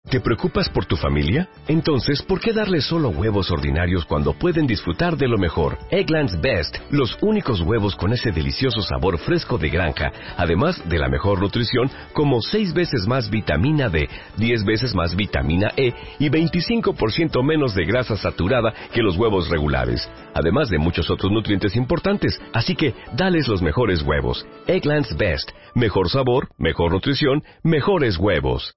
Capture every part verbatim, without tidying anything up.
¿Te preocupas por tu familia? Entonces, ¿por qué darles solo huevos ordinarios cuando pueden disfrutar de lo mejor? Eggland's Best, los únicos huevos con ese delicioso sabor fresco de granja, además de la mejor nutrición, como seis veces más vitamina D, diez veces más vitamina E y veinticinco por ciento menos de grasa saturada que los huevos regulares, además de muchos otros nutrientes importantes. Así que, dales los mejores huevos. Eggland's Best, mejor sabor, mejor nutrición, mejores huevos.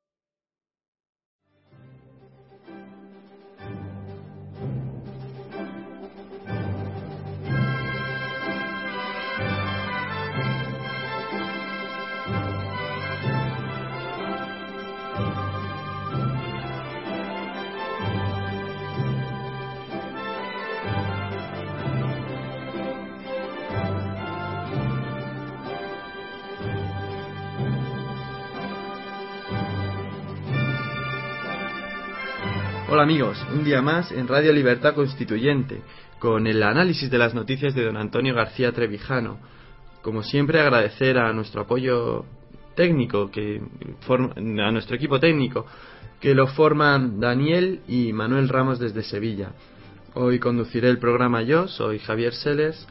Hola amigos, un día más en Radio Libertad Constituyente, con el análisis de las noticias de don Antonio García Trevijano. Como siempre, agradecer a nuestro apoyo técnico, que forma, a nuestro equipo técnico, que lo forman Daniel y Manuel Ramos desde Sevilla. Hoy conduciré el programa yo, soy Javier Seles,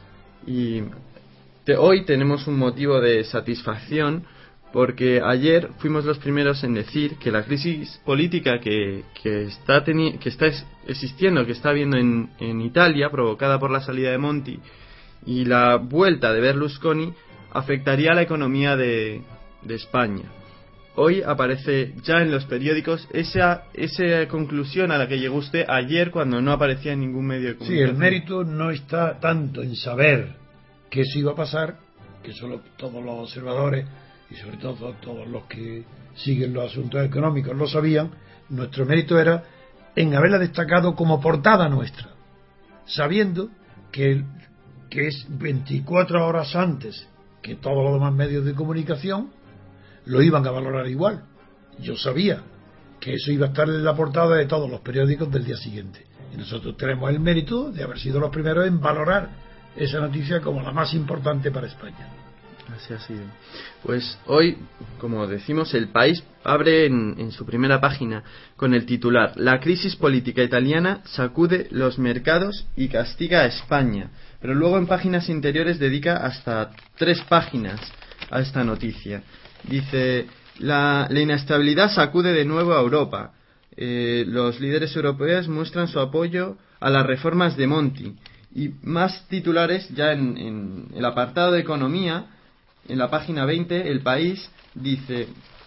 y te, hoy tenemos un motivo de satisfacción, porque ayer fuimos los primeros en decir que la crisis política que, que, está, teni- que está existiendo, que está habiendo en, en Italia, provocada por la salida de Monti y la vuelta de Berlusconi, afectaría a la economía de, de España. Hoy aparece ya en los periódicos esa, esa conclusión a la que llegó usted ayer cuando no aparecía en ningún medio de comunicación. Sí, el mérito no está tanto en saber que eso iba a pasar, que solo todos los observadores y sobre todo todos los que siguen los asuntos económicos lo sabían. Nuestro mérito era en haberla destacado como portada nuestra, sabiendo que, que es veinticuatro horas antes que todos los demás medios de comunicación lo iban a valorar igual. Yo sabía que eso iba a estar en la portada de todos los periódicos del día siguiente, y nosotros tenemos el mérito de haber sido los primeros en valorar esa noticia como la más importante para España. Así ha sido. Pues hoy, como decimos, El País abre en, en su primera página con el titular: La crisis política italiana sacude los mercados y castiga a España. Pero luego en páginas interiores dedica hasta tres páginas a esta noticia. Dice: la, la inestabilidad sacude de nuevo a Europa. Eh, los líderes europeos muestran su apoyo a las reformas de Monti. Y más titulares ya en, en el apartado de economía. En la página veinte, El País dice: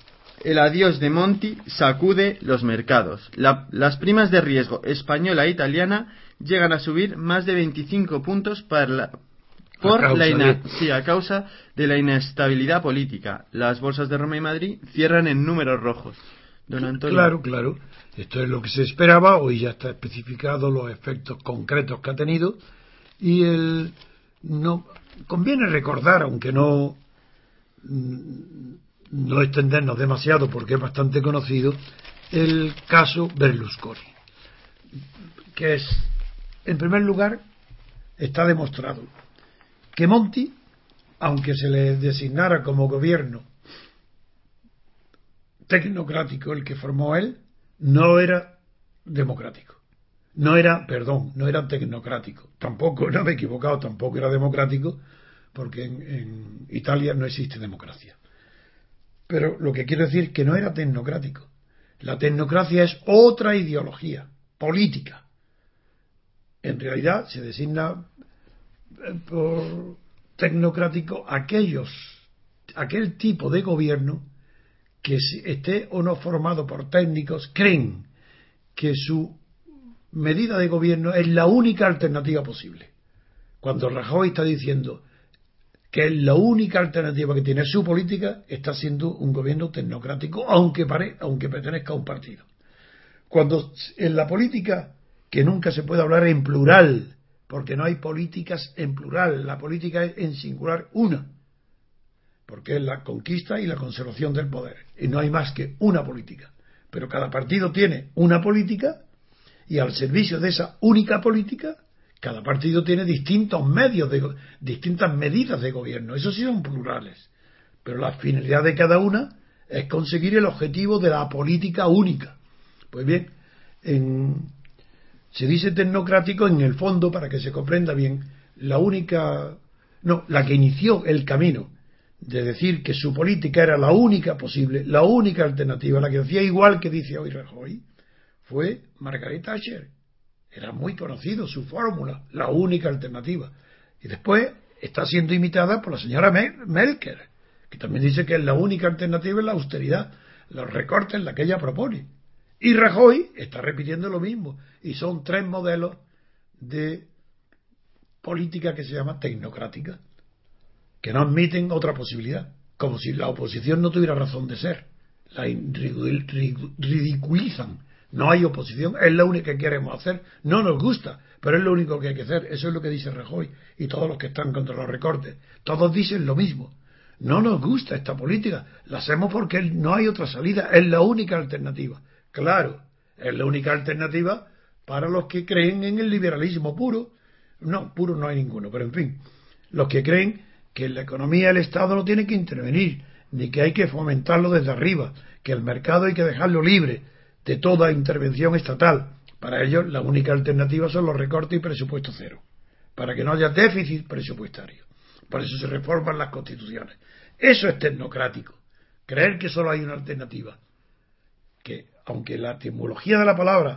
el adiós de Monti sacude los mercados. La, las primas de riesgo española e italiana llegan a subir más de veinticinco puntos para la, por a la ina, sí, a causa de la inestabilidad política. Las bolsas de Roma y Madrid cierran en números rojos. Don Antonio. Claro, claro. Esto es lo que se esperaba. Hoy ya está especificado los efectos concretos que ha tenido. Y el no conviene recordar, aunque no no extendernos demasiado porque es bastante conocido, el caso Berlusconi, que es, en primer lugar, está demostrado que Monti, aunque se le designara como gobierno tecnocrático el que formó él, no era democrático, no era, perdón, no era tecnocrático, tampoco, no me he equivocado, tampoco era democrático, porque en, en Italia no existe democracia. Pero lo que quiero decir es que no era tecnocrático. La tecnocracia es otra ideología política. En realidad se designa por tecnocrático aquellos, aquel tipo de gobierno que esté o no formado por técnicos, creen que su medida de gobierno es la única alternativa posible. Cuando Rajoy está diciendo que es la única alternativa que tiene su política, está siendo un gobierno tecnocrático, aunque, pare, aunque pertenezca a un partido. Cuando en la política, que nunca se puede hablar en plural, porque no hay políticas en plural, la política es en singular una, porque es la conquista y la conservación del poder, y no hay más que una política. Pero cada partido tiene una política, y al servicio de esa única política, cada partido tiene distintos medios, de, distintas medidas de gobierno. Eso sí son plurales. Pero la finalidad de cada una es conseguir el objetivo de la política única. Pues bien, en, se dice tecnocrático en el fondo, para que se comprenda bien, la única, no, la que inició el camino de decir que su política era la única posible, la única alternativa, la que decía igual que dice hoy Rajoy, fue Margaret Thatcher. Era muy conocido su fórmula, la única alternativa. Y después está siendo imitada por la señora Merkel, que también dice que la única alternativa es la austeridad, los recortes, la que ella propone. Y Rajoy está repitiendo lo mismo. Y son tres modelos de política que se llama tecnocrática, que no admiten otra posibilidad, como si la oposición no tuviera razón de ser. La ridiculizan. No hay oposición, es la única que queremos hacer. No nos gusta, pero es lo único que hay que hacer. Eso es lo que dice Rajoy y todos los que están contra los recortes. Todos dicen lo mismo. No nos gusta esta política, la hacemos porque no hay otra salida, es la única alternativa. Claro, es la única alternativa para los que creen en el liberalismo puro. No, puro no hay ninguno, pero en fin, los que creen que en la economía el Estado no tiene que intervenir, ni que hay que fomentarlo desde arriba, que el mercado hay que dejarlo libre de toda intervención estatal. Para ellos la única alternativa son los recortes y presupuesto cero, para que no haya déficit presupuestario. Por eso se reforman las constituciones. Eso es tecnocrático, creer que solo hay una alternativa, que aunque la etimología de la palabra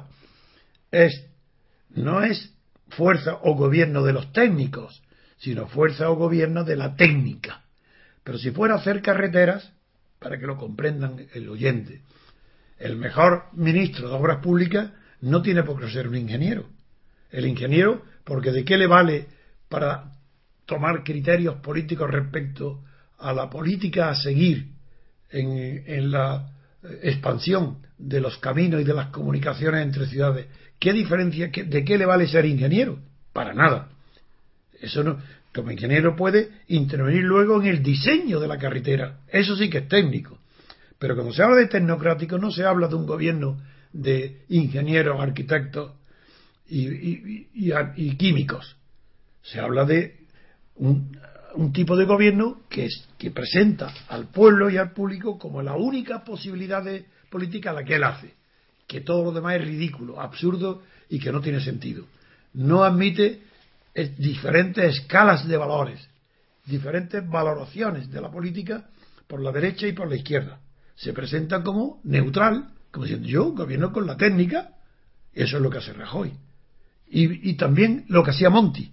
es no es fuerza o gobierno de los técnicos, sino fuerza o gobierno de la técnica. Pero si fuera a hacer carreteras, para que lo comprendan el oyente, el mejor ministro de Obras Públicas no tiene por qué ser un ingeniero. El ingeniero, porque ¿de qué le vale para tomar criterios políticos respecto a la política a seguir en, en la expansión de los caminos y de las comunicaciones entre ciudades? ¿Qué diferencia, de qué le vale ser ingeniero? Para nada. Eso no, como ingeniero puede intervenir luego en el diseño de la carretera. Eso sí que es técnico. Pero cuando se habla de tecnocrático no se habla de un gobierno de ingenieros, arquitectos y, y, y, y químicos. Se habla de un, un tipo de gobierno que, es, que presenta al pueblo y al público como la única posibilidad de política a la que él hace. Que todo lo demás es ridículo, absurdo y que no tiene sentido. No admite diferentes escalas de valores, diferentes valoraciones de la política por la derecha y por la izquierda. Se presenta como neutral, como diciendo yo gobierno con la técnica. Eso es lo que hace Rajoy. Y, y también lo que hacía Monti.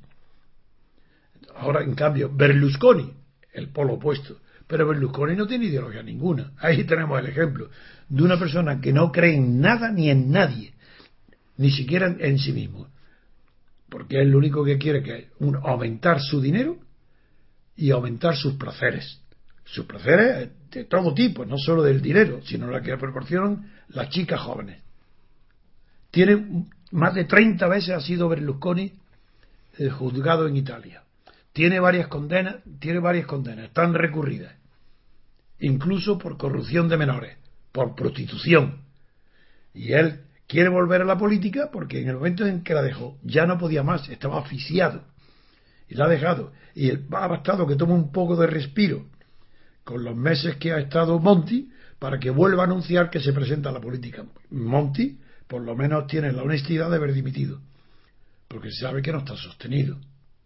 Ahora, en cambio, Berlusconi, el polo opuesto. Pero Berlusconi no tiene ideología ninguna. Ahí tenemos el ejemplo de una persona que no cree en nada ni en nadie, ni siquiera en, en sí mismo. Porque es lo único que quiere, que es un, aumentar su dinero y aumentar sus placeres. Sus placeres de todo tipo, no solo del dinero, sino la que proporcionan las chicas jóvenes. Tiene más de treinta veces ha sido Berlusconi eh, juzgado en Italia. Tiene varias condenas, tiene varias condenas, están recurridas, incluso por corrupción de menores, por prostitución. Y él quiere volver a la política porque en el momento en que la dejó ya no podía más, estaba asfixiado y la ha dejado. Y ha bastado que tome un poco de respiro con los meses que ha estado Monti para que vuelva a anunciar que se presenta a la política. Monti por lo menos tiene la honestidad de haber dimitido, porque se sabe que no está sostenido.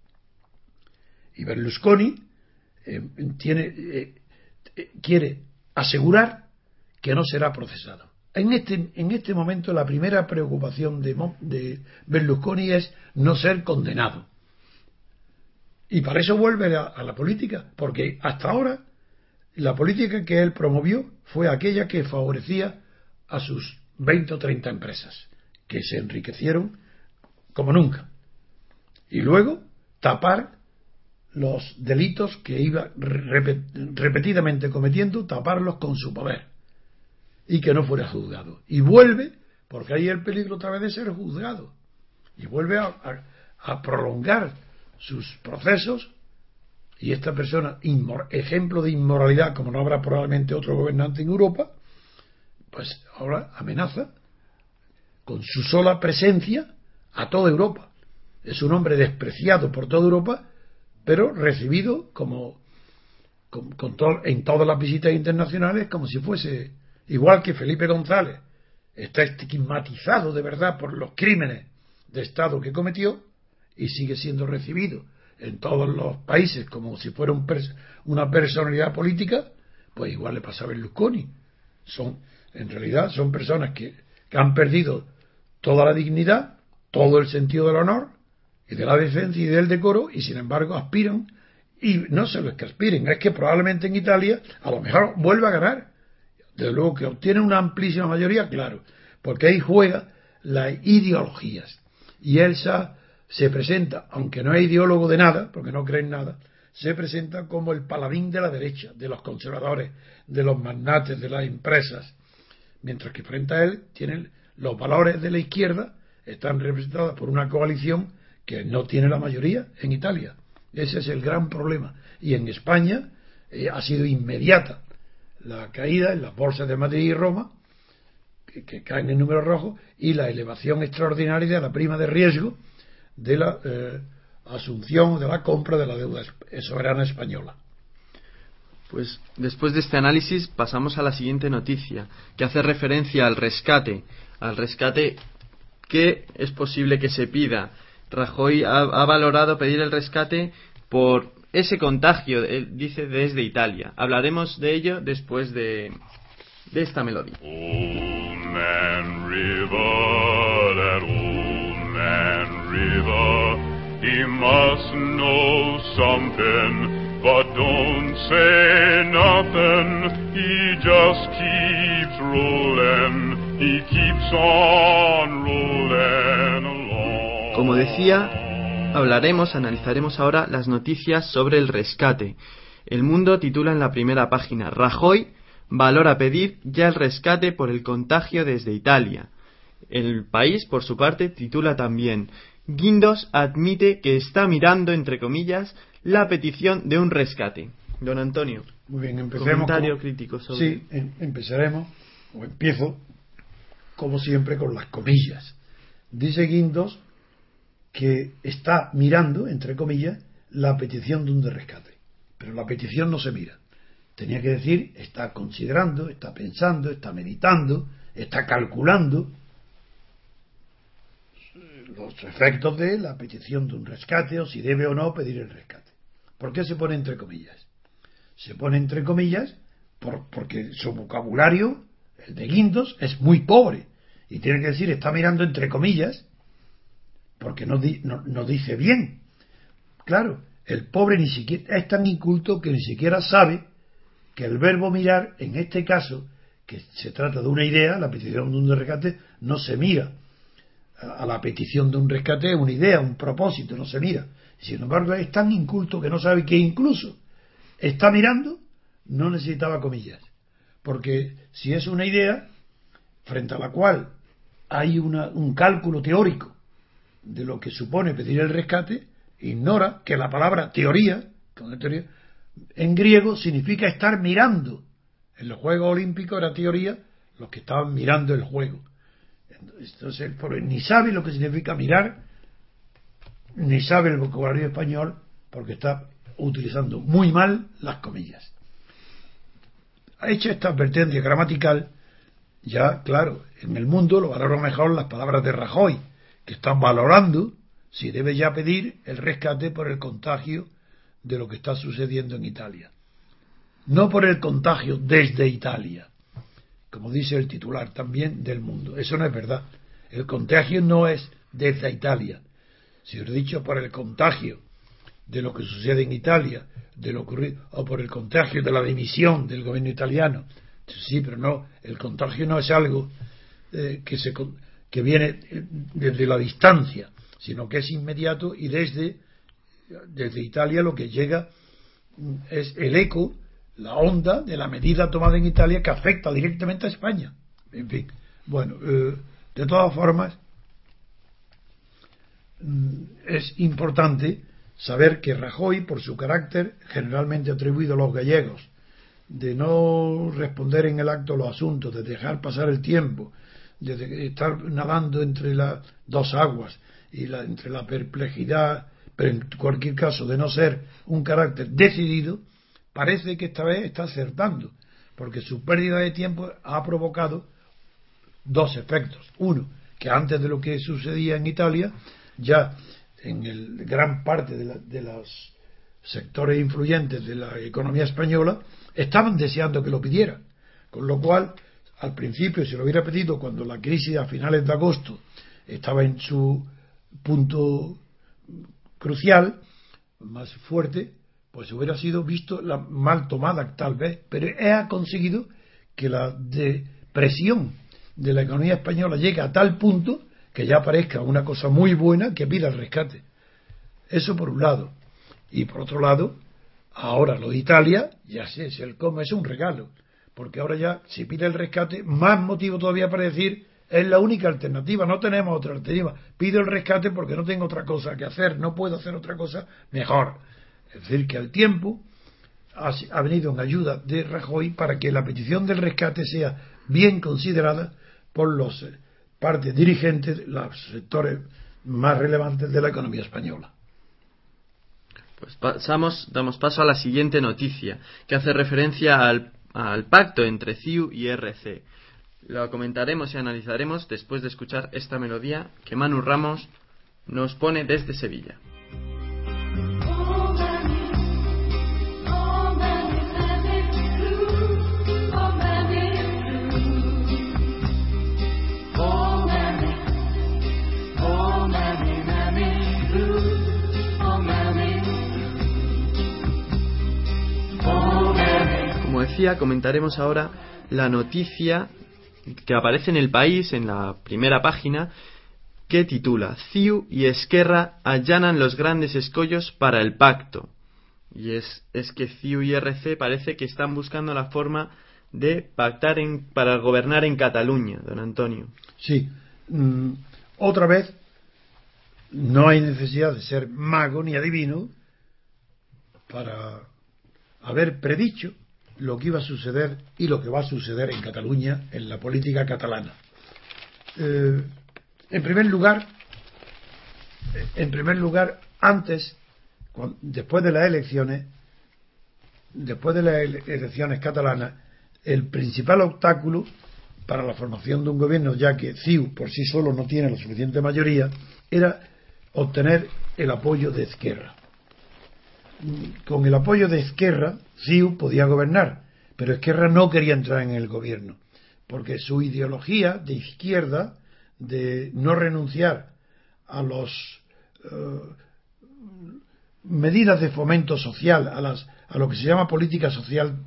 Y Berlusconi eh, tiene, eh, eh, quiere asegurar que no será procesado. En este, en este momento la primera preocupación de, de Berlusconi es no ser condenado. Y para eso vuelve a, a la política, porque hasta ahora la política que él promovió fue aquella que favorecía a sus veinte o treinta empresas, que se enriquecieron como nunca. Y luego tapar los delitos que iba repetidamente cometiendo, taparlos con su poder y que no fuera juzgado. Y vuelve, porque hay el peligro otra vez de ser juzgado, y vuelve a, a, a prolongar sus procesos. Y esta persona, inmor, ejemplo de inmoralidad, como no habrá probablemente otro gobernante en Europa, pues ahora amenaza con su sola presencia a toda Europa. Es un hombre despreciado por toda Europa, pero recibido como con, con to, en todas las visitas internacionales como si fuese igual que Felipe González está estigmatizado de verdad por los crímenes de Estado que cometió y sigue siendo recibido en todos los países como si fuera un pers- una personalidad política, pues igual le pasa a Berlusconi. Son, en realidad, son personas que, que han perdido toda la dignidad, todo el sentido del honor y de la decencia y del decoro, y sin embargo aspiran, y no solo es que aspiren, es que probablemente en Italia a lo mejor vuelva a ganar. Desde luego que obtiene una amplísima mayoría, claro, porque ahí juega las ideologías. Y Elsa se presenta, aunque no es ideólogo de nada, porque no cree en nada, se presenta como el paladín de la derecha, de los conservadores, de los magnates, de las empresas, mientras que frente a él tienen los valores de la izquierda, están representados por una coalición que no tiene la mayoría en Italia. Ese es el gran problema. Y en España eh, ha sido inmediata la caída en las bolsas de Madrid y Roma, que, que caen en números rojos, y la elevación extraordinaria de la prima de riesgo de la eh, asunción, de la compra de la deuda soberana española. Pues después de este análisis pasamos a la siguiente noticia, que hace referencia al rescate, al rescate que es posible que se pida. Rajoy ha, ha valorado pedir el rescate por ese contagio, él dice, desde Italia. Hablaremos de ello después de, de esta melodía. Old Man River, that old man River, he must know something, but don't say nothing. He just keeps rolling, he keeps on rolling along. Como decía, hablaremos, analizaremos ahora las noticias sobre el rescate. El Mundo titula en la primera página: Rajoy valora pedir ya el rescate por el contagio desde Italia. El País, por su parte, titula también: Guindos admite que está mirando, entre comillas, la petición de un rescate. Don Antonio, muy bien, empecemos. Comentario como, crítico sobre. Sí, em, empezaremos, o empiezo, como siempre, con las comillas. Dice Guindos que está mirando, entre comillas, la petición de un rescate. Pero la petición no se mira. Tenía que decir, está considerando, está pensando, está meditando, está calculando los efectos de la petición de un rescate, o si debe o no pedir el rescate. ¿Por qué se pone entre comillas? Se pone entre comillas por, porque su vocabulario, el de Guindos, es muy pobre. Y tiene que decir, está mirando entre comillas, porque no, di, no, no dice bien. Claro, el pobre ni siquiera es tan inculto que ni siquiera sabe que el verbo mirar, en este caso, que se trata de una idea, la petición de un rescate, no se mira. A la petición de un rescate es una idea, un propósito, no se mira. Sin embargo, es tan inculto que no sabe que incluso está mirando, no necesitaba comillas. Porque si es una idea frente a la cual hay una, un cálculo teórico de lo que supone pedir el rescate, ignora que la palabra teoría, teoría en griego significa estar mirando. En los Juegos Olímpicos era teoría los que estaban mirando el juego. Entonces, ni sabe lo que significa mirar, ni sabe el vocabulario español, porque está utilizando muy mal las comillas. Ha hecho esta advertencia gramatical, ya, claro, en el Mundo lo valoran mejor las palabras de Rajoy, que están valorando si debe ya pedir el rescate por el contagio de lo que está sucediendo en Italia. No por el contagio desde Italia, como dice el titular también del Mundo. Eso no es verdad. El contagio no es desde Italia. Si os he dicho por el contagio de lo que sucede en Italia, de lo ocurrido, o por el contagio de la dimisión del gobierno italiano, sí, pero no, el contagio no es algo eh, que se que viene desde la distancia, sino que es inmediato, y desde desde Italia lo que llega es el eco, la onda de la medida tomada en Italia que afecta directamente a España. En fin, bueno, eh, de todas formas, es importante saber que Rajoy, por su carácter generalmente atribuido a los gallegos, de no responder en el acto los asuntos, de dejar pasar el tiempo, de estar nadando entre las dos aguas y la, entre la perplejidad, pero en cualquier caso de no ser un carácter decidido, parece que esta vez está acertando, porque su pérdida de tiempo ha provocado dos efectos. Uno, que antes de lo que sucedía en Italia, ya en el gran parte de, la, de los sectores influyentes de la economía española estaban deseando que lo pidiera, con lo cual al principio, si lo hubiera pedido cuando la crisis a finales de agosto estaba en su punto crucial, más fuerte, pues hubiera sido visto la mal tomada tal vez, pero ha conseguido que la depresión de la economía española llegue a tal punto que ya parezca una cosa muy buena que pida el rescate. Eso por un lado. Y por otro lado, ahora lo de Italia, ya sé, si el cómo es un regalo, porque ahora ya si pide el rescate, más motivo todavía para decir es la única alternativa, no tenemos otra alternativa, pido el rescate porque no tengo otra cosa que hacer, no puedo hacer otra cosa mejor. Es decir, que al tiempo ha, ha venido en ayuda de Rajoy para que la petición del rescate sea bien considerada por los eh, partes dirigentes, los sectores más relevantes de la economía española. Pues pasamos, damos paso a la siguiente noticia, que hace referencia al, al pacto entre C I U y R C. Lo comentaremos y analizaremos después de escuchar esta melodía que Manu Ramos nos pone desde Sevilla. Como decía, comentaremos ahora la noticia que aparece en El País, en la primera página, que titula C I U y Esquerra allanan los grandes escollos para el pacto. Y es, es que C I U y R C parece que están buscando la forma de pactar en, para gobernar en Cataluña, don Antonio. Sí, mm, otra vez no hay necesidad de ser mago ni adivino para haber predicho lo que iba a suceder y lo que va a suceder en Cataluña, en la política catalana. Eh, en primer lugar, en primer lugar, antes, cuando, después de las elecciones, después de las elecciones catalanas, el principal obstáculo para la formación de un gobierno, ya que C I U por sí solo no tiene la suficiente mayoría, era obtener el apoyo de Esquerra. Con el apoyo de Esquerra, C I U podía gobernar, pero Esquerra no quería entrar en el gobierno, porque su ideología de izquierda, de no renunciar a las uh, medidas de fomento social, a, las, a lo que se llama política social,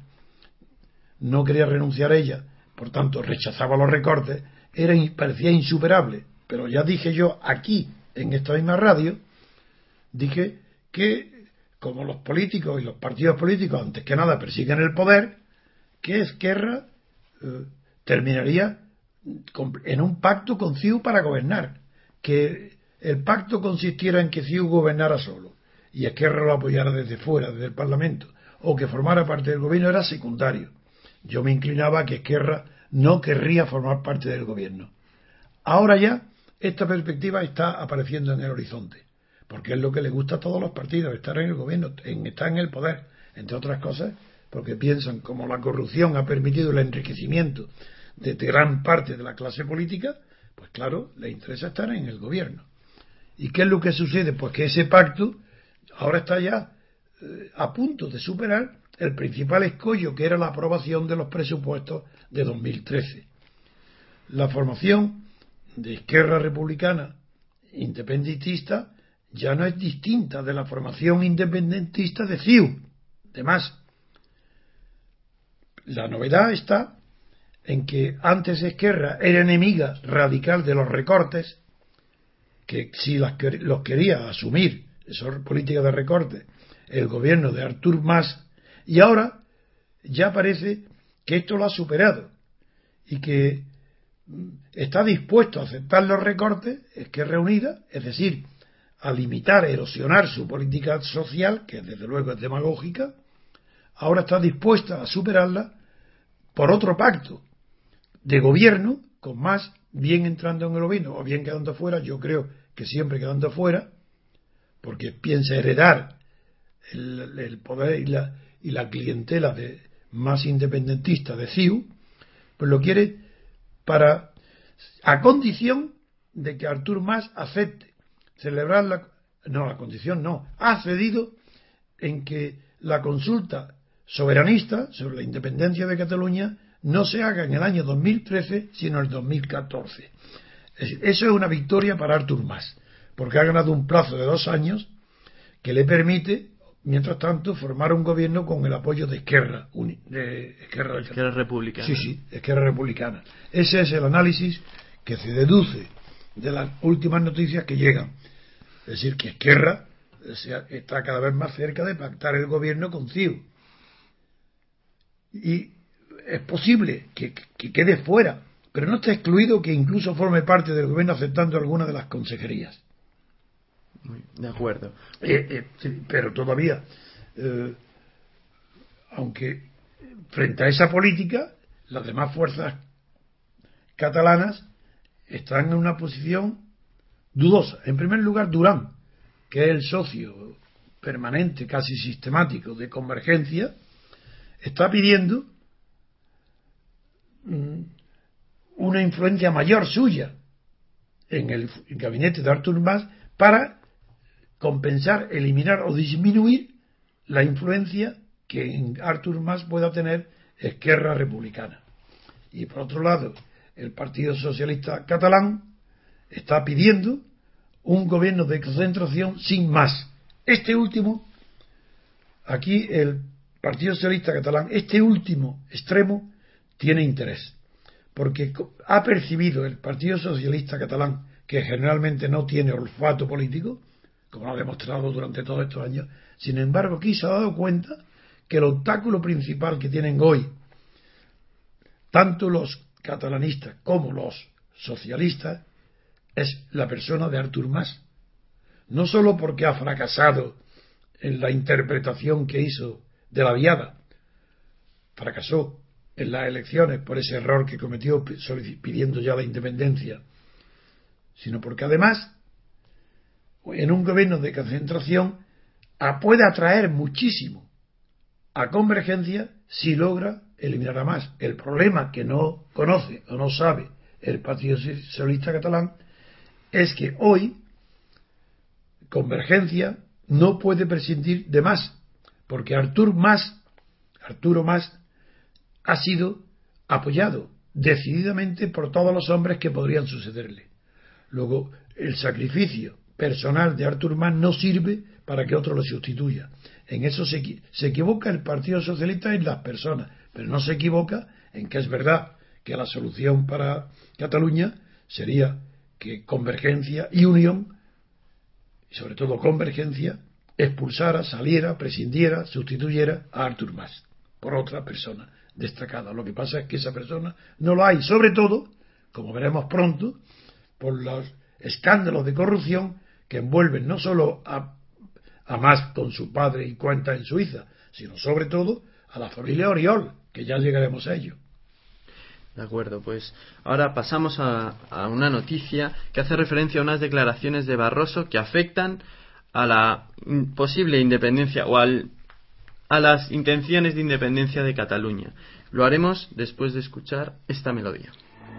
no quería renunciar a ella, por tanto rechazaba los recortes, era, parecía insuperable. Pero ya dije yo aquí, en esta misma radio, dije que como los políticos y los partidos políticos antes que nada persiguen el poder, que Esquerra eh, terminaría con, en un pacto con C I U para gobernar, que el pacto consistiera en que C I U gobernara solo y Esquerra lo apoyara desde fuera, desde el Parlamento, o que formara parte del gobierno, era secundario. Yo me inclinaba a que Esquerra no querría formar parte del gobierno. Ahora ya esta perspectiva está apareciendo en el horizonte, porque es lo que le gusta a todos los partidos, estar en el gobierno, en, estar en el poder, entre otras cosas, porque piensan como la corrupción ha permitido el enriquecimiento de gran parte de la clase política, pues claro, le interesa estar en el gobierno. ¿Y qué es lo que sucede? Pues que ese pacto ahora está ya eh, a punto de superar el principal escollo, que era la aprobación de los presupuestos de dos mil trece. La formación de Esquerra Republicana independentista ya no es distinta de la formación independentista de C I U. Además, la novedad está en que antes Esquerra era enemiga radical de los recortes, que si las, los quería asumir, esa política de recortes, el gobierno de Artur Mas, y ahora ya parece que esto lo ha superado y que está dispuesto a aceptar los recortes, Esquerra Unida, es decir, a limitar, erosionar su política social, que desde luego es demagógica, ahora está dispuesta a superarla por otro pacto de gobierno, con Mas bien entrando en el gobierno o bien quedando fuera. Yo creo que siempre quedando fuera, porque piensa heredar el, el poder y la, y la clientela de más independentista de C I U, pues lo quiere para a condición de que Artur Mas acepte celebrar la... No, la condición no. Ha cedido en que la consulta soberanista sobre la independencia de Cataluña no se haga en el año dos mil trece, sino en el dos mil catorce. Eso es una victoria para Artur Mas, porque ha ganado un plazo de dos años que le permite, mientras tanto, formar un gobierno con el apoyo de Esquerra, de Esquerra, Esquerra Republicana. Sí, sí, Esquerra Republicana. Ese es el análisis que se deduce de las últimas noticias que llegan. Es decir, que Esquerra está cada vez más cerca de pactar el gobierno con C I U. Y es posible que, que quede fuera, pero no está excluido que incluso forme parte del gobierno aceptando alguna de las consejerías. De acuerdo. Eh, eh, sí, pero todavía, eh, aunque frente a esa política, las demás fuerzas catalanas están en una posición dudosa. En primer lugar, Durán, que es el socio permanente, casi sistemático de Convergencia, está pidiendo mm, una influencia mayor suya en el gabinete de Artur Mas para compensar, eliminar o disminuir la influencia que en Artur Mas pueda tener Esquerra Republicana. Y por otro lado, el Partido Socialista Catalán está pidiendo un gobierno de concentración sin Mas. Este último, aquí el Partido Socialista Catalán, este último extremo tiene interés, porque ha percibido el Partido Socialista Catalán, que generalmente no tiene olfato político, como lo ha demostrado durante todos estos años. Sin embargo, aquí se ha dado cuenta que el obstáculo principal que tienen hoy tanto los catalanistas como los socialistas es la persona de Artur Mas. No solo porque ha fracasado en la interpretación que hizo de la Diada, fracasó en las elecciones por ese error que cometió pidiendo ya la independencia, sino porque además en un gobierno de concentración puede atraer muchísimo a Convergencia si logra eliminar a Mas. El problema que no conoce o no sabe el Partido Socialista Catalán es que hoy Convergencia no puede prescindir de Mas, porque Artur Mas, Arturo Mas ha sido apoyado decididamente por todos los hombres que podrían sucederle. Luego, el sacrificio personal de Artur Mas no sirve para que otro lo sustituya. En eso se, se equivoca el Partido Socialista en las personas, pero no se equivoca en que es verdad que la solución para Cataluña sería que Convergencia y Unión, y sobre todo Convergencia, expulsara, saliera, prescindiera, sustituyera a Artur Mas por otra persona destacada. Lo que pasa es que esa persona no lo hay, sobre todo, como veremos pronto, por los escándalos de corrupción que envuelven no solo a, a Mas con su padre y cuenta en Suiza, sino sobre todo a la familia Oriol, que ya llegaremos a ello. De acuerdo, pues ahora pasamos a, a una noticia que hace referencia a unas declaraciones de Barroso que afectan a la posible independencia o al, a las intenciones de independencia de Cataluña. Lo haremos después de escuchar esta melodía.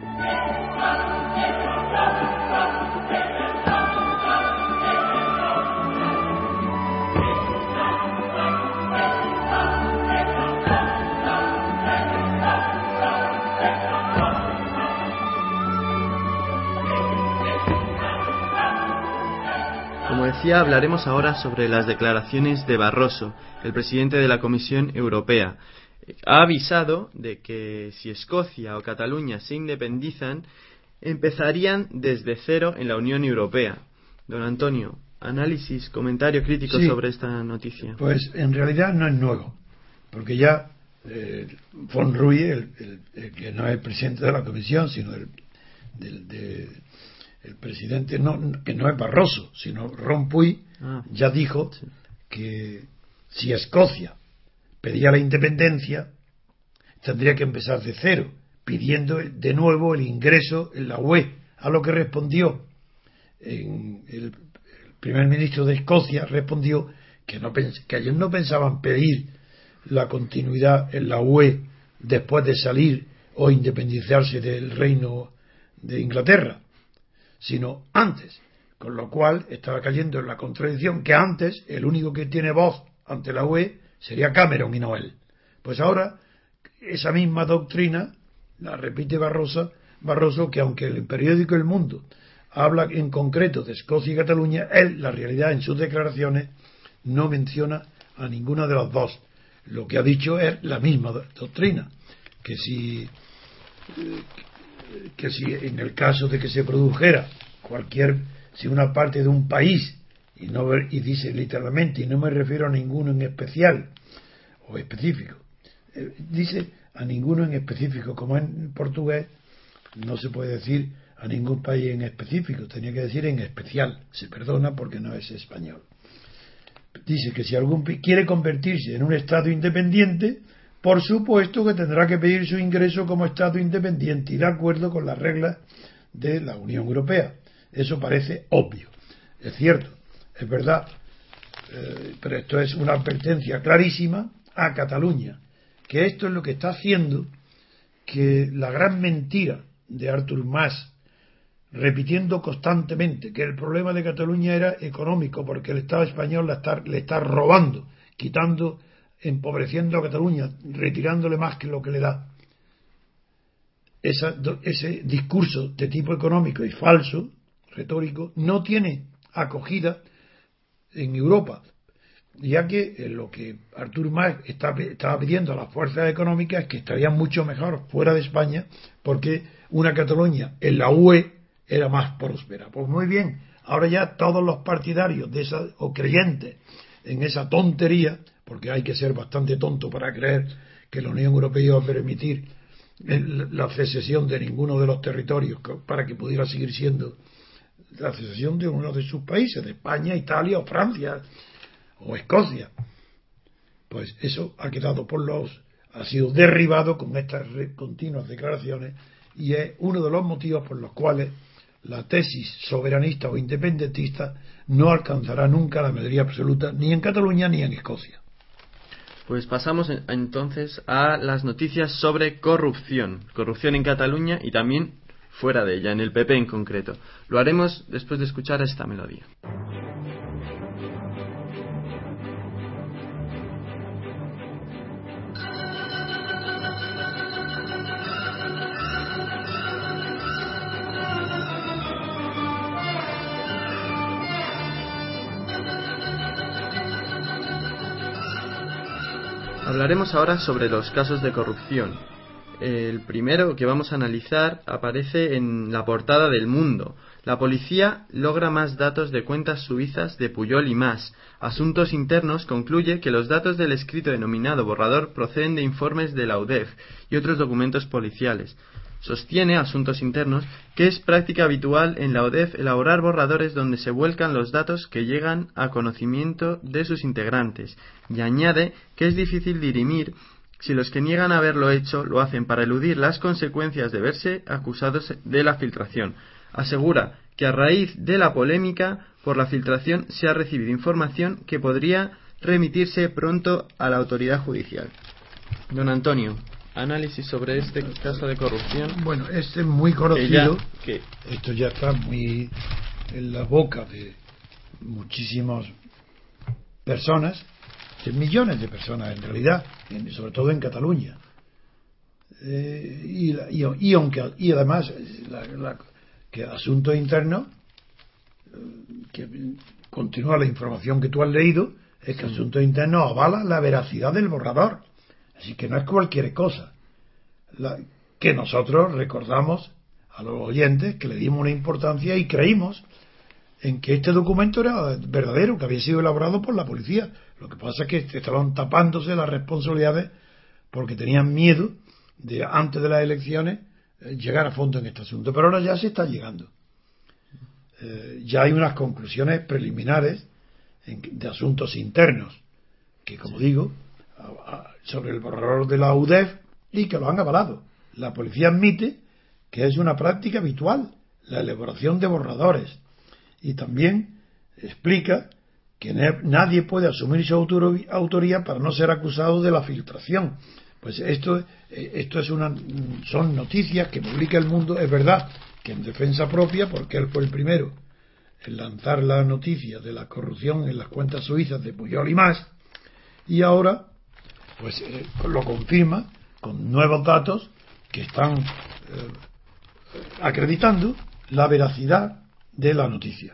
Como decía, hablaremos ahora sobre las declaraciones de Barroso, el presidente de la Comisión Europea. Ha avisado de que si Escocia o Cataluña se independizan, empezarían desde cero en la Unión Europea. Don Antonio, análisis, comentario crítico sí, sobre esta noticia. Pues en realidad no es nuevo, porque ya eh, Von Ruy, el, el, el que no es el presidente de la Comisión, sino el, del, de, el presidente, no, que no es Barroso, sino Rompuy, ah, ya dijo sí. que si Escocia pedía la independencia, tendría que empezar de cero, pidiendo de nuevo el ingreso en la U E, a lo que respondió en el, el primer ministro de Escocia, respondió que, no, que ellos no pensaban pedir la continuidad en la U E después de salir o independizarse del reino de Inglaterra, sino antes, con lo cual estaba cayendo en la contradicción que antes el único que tiene voz ante la U E sería Cameron y no él. Pues ahora esa misma doctrina la repite Barroso, Barroso, que aunque el periódico El Mundo habla en concreto de Escocia y Cataluña, él, la realidad, en sus declaraciones no menciona a ninguna de las dos. Lo que ha dicho es la misma doctrina, que si que si en el caso de que se produjera cualquier, si una parte de un país, y no y dice literalmente, y no me refiero a ninguno en especial o específico, eh, dice a ninguno en específico, como en portugués no se puede decir a ningún país en específico, tenía que decir en especial, se perdona porque no es español. Dice que si algún país quiere convertirse en un Estado independiente, por supuesto que tendrá que pedir su ingreso como Estado independiente y de acuerdo con las reglas de la Unión Europea. Eso parece obvio, es cierto, es verdad, eh, pero esto es una advertencia clarísima a Cataluña, que esto es lo que está haciendo que la gran mentira de Artur Mas, repitiendo constantemente que el problema de Cataluña era económico porque el Estado español le está, le está robando, quitando, empobreciendo a Cataluña, retirándole más que lo que le da. Esa, ese discurso de tipo económico y falso, retórico, no tiene acogida en Europa, ya que lo que Artur Mas está, estaba pidiendo a las fuerzas económicas es que estarían mucho mejor fuera de España porque una Cataluña en la U E era más próspera. Pues muy bien, ahora ya todos los partidarios de esa, o creyentes en esa tontería, porque hay que ser bastante tonto para creer que la Unión Europea va a permitir la secesión de ninguno de los territorios para que pudiera seguir siendo la secesión de uno de sus países, de España, Italia o Francia o Escocia. Pues eso ha quedado por los ha sido derribado con estas continuas declaraciones y es uno de los motivos por los cuales la tesis soberanista o independentista no alcanzará nunca la mayoría absoluta ni en Cataluña ni en Escocia. Pues pasamos entonces a las noticias sobre corrupción, corrupción en Cataluña y también fuera de ella, en el P P en concreto. Lo haremos después de escuchar esta melodía. Hablaremos ahora sobre los casos de corrupción. El primero que vamos a analizar aparece en la portada del Mundo. La policía logra más datos de cuentas suizas de Pujol y Mas. Asuntos Internos concluye que los datos del escrito denominado borrador proceden de informes de la U D E F y otros documentos policiales. Sostiene Asuntos Internos que es práctica habitual en la U D E F elaborar borradores donde se vuelcan los datos que llegan a conocimiento de sus integrantes, y añade que es difícil dirimir si los que niegan haberlo hecho lo hacen para eludir las consecuencias de verse acusados de la filtración. Asegura que a raíz de la polémica por la filtración se ha recibido información que podría remitirse pronto a la autoridad judicial. Don Antonio, análisis sobre este caso de corrupción. Bueno, este es muy conocido. Que ya, que... Esto ya está muy en la boca de muchísimas personas, de millones de personas en realidad, en, sobre todo en Cataluña. Eh, y, y, y aunque y además la, la, que Asuntos Internos, que continúa la información que tú has leído, es que sí. Asuntos Internos avala la veracidad del borrador. Así que no es cualquier cosa. La, que nosotros recordamos a los oyentes que le dimos una importancia y creímos en que este documento era verdadero, que había sido elaborado por la policía. Lo que pasa es que estaban tapándose las responsabilidades porque tenían miedo de, antes de las elecciones, eh, llegar a fondo en este asunto. Pero ahora ya se está llegando. Eh, ya hay unas conclusiones preliminares en, de Asuntos Internos, que como sí. digo, sobre el borrador de la U D E F y que lo han avalado. La policía admite que es una práctica habitual la elaboración de borradores y también explica que nadie puede asumir su autoría para no ser acusado de la filtración. Pues esto, esto es una, son noticias que publica El Mundo. Es verdad que en defensa propia, porque él fue el primero en lanzar la noticia de la corrupción en las cuentas suizas de Pujol y más, y ahora pues eh, lo confirma con nuevos datos que están eh, acreditando la veracidad de la noticia.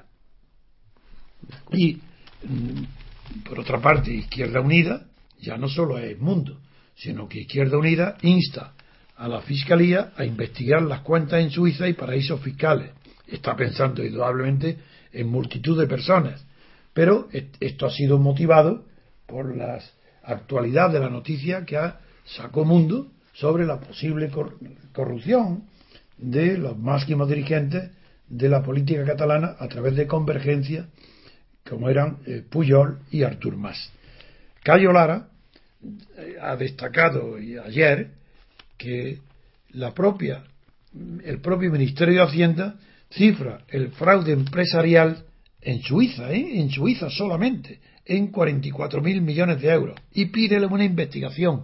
Y por otra parte, Izquierda Unida ya no solo es Mundo, sino que Izquierda Unida insta a la Fiscalía a investigar las cuentas en Suiza y paraísos fiscales. Está pensando indudablemente en multitud de personas, pero esto ha sido motivado por la actualidad de la noticia que ha sacó Mundo sobre la posible corrupción de los máximos dirigentes de la política catalana a través de Convergencia, como eran eh, Pujol y Artur Mas. Cayo Lara eh, ha destacado ayer que la propia, el propio Ministerio de Hacienda cifra el fraude empresarial en Suiza, ¿eh? en Suiza solamente, en cuarenta y cuatro mil millones de euros y pide una investigación.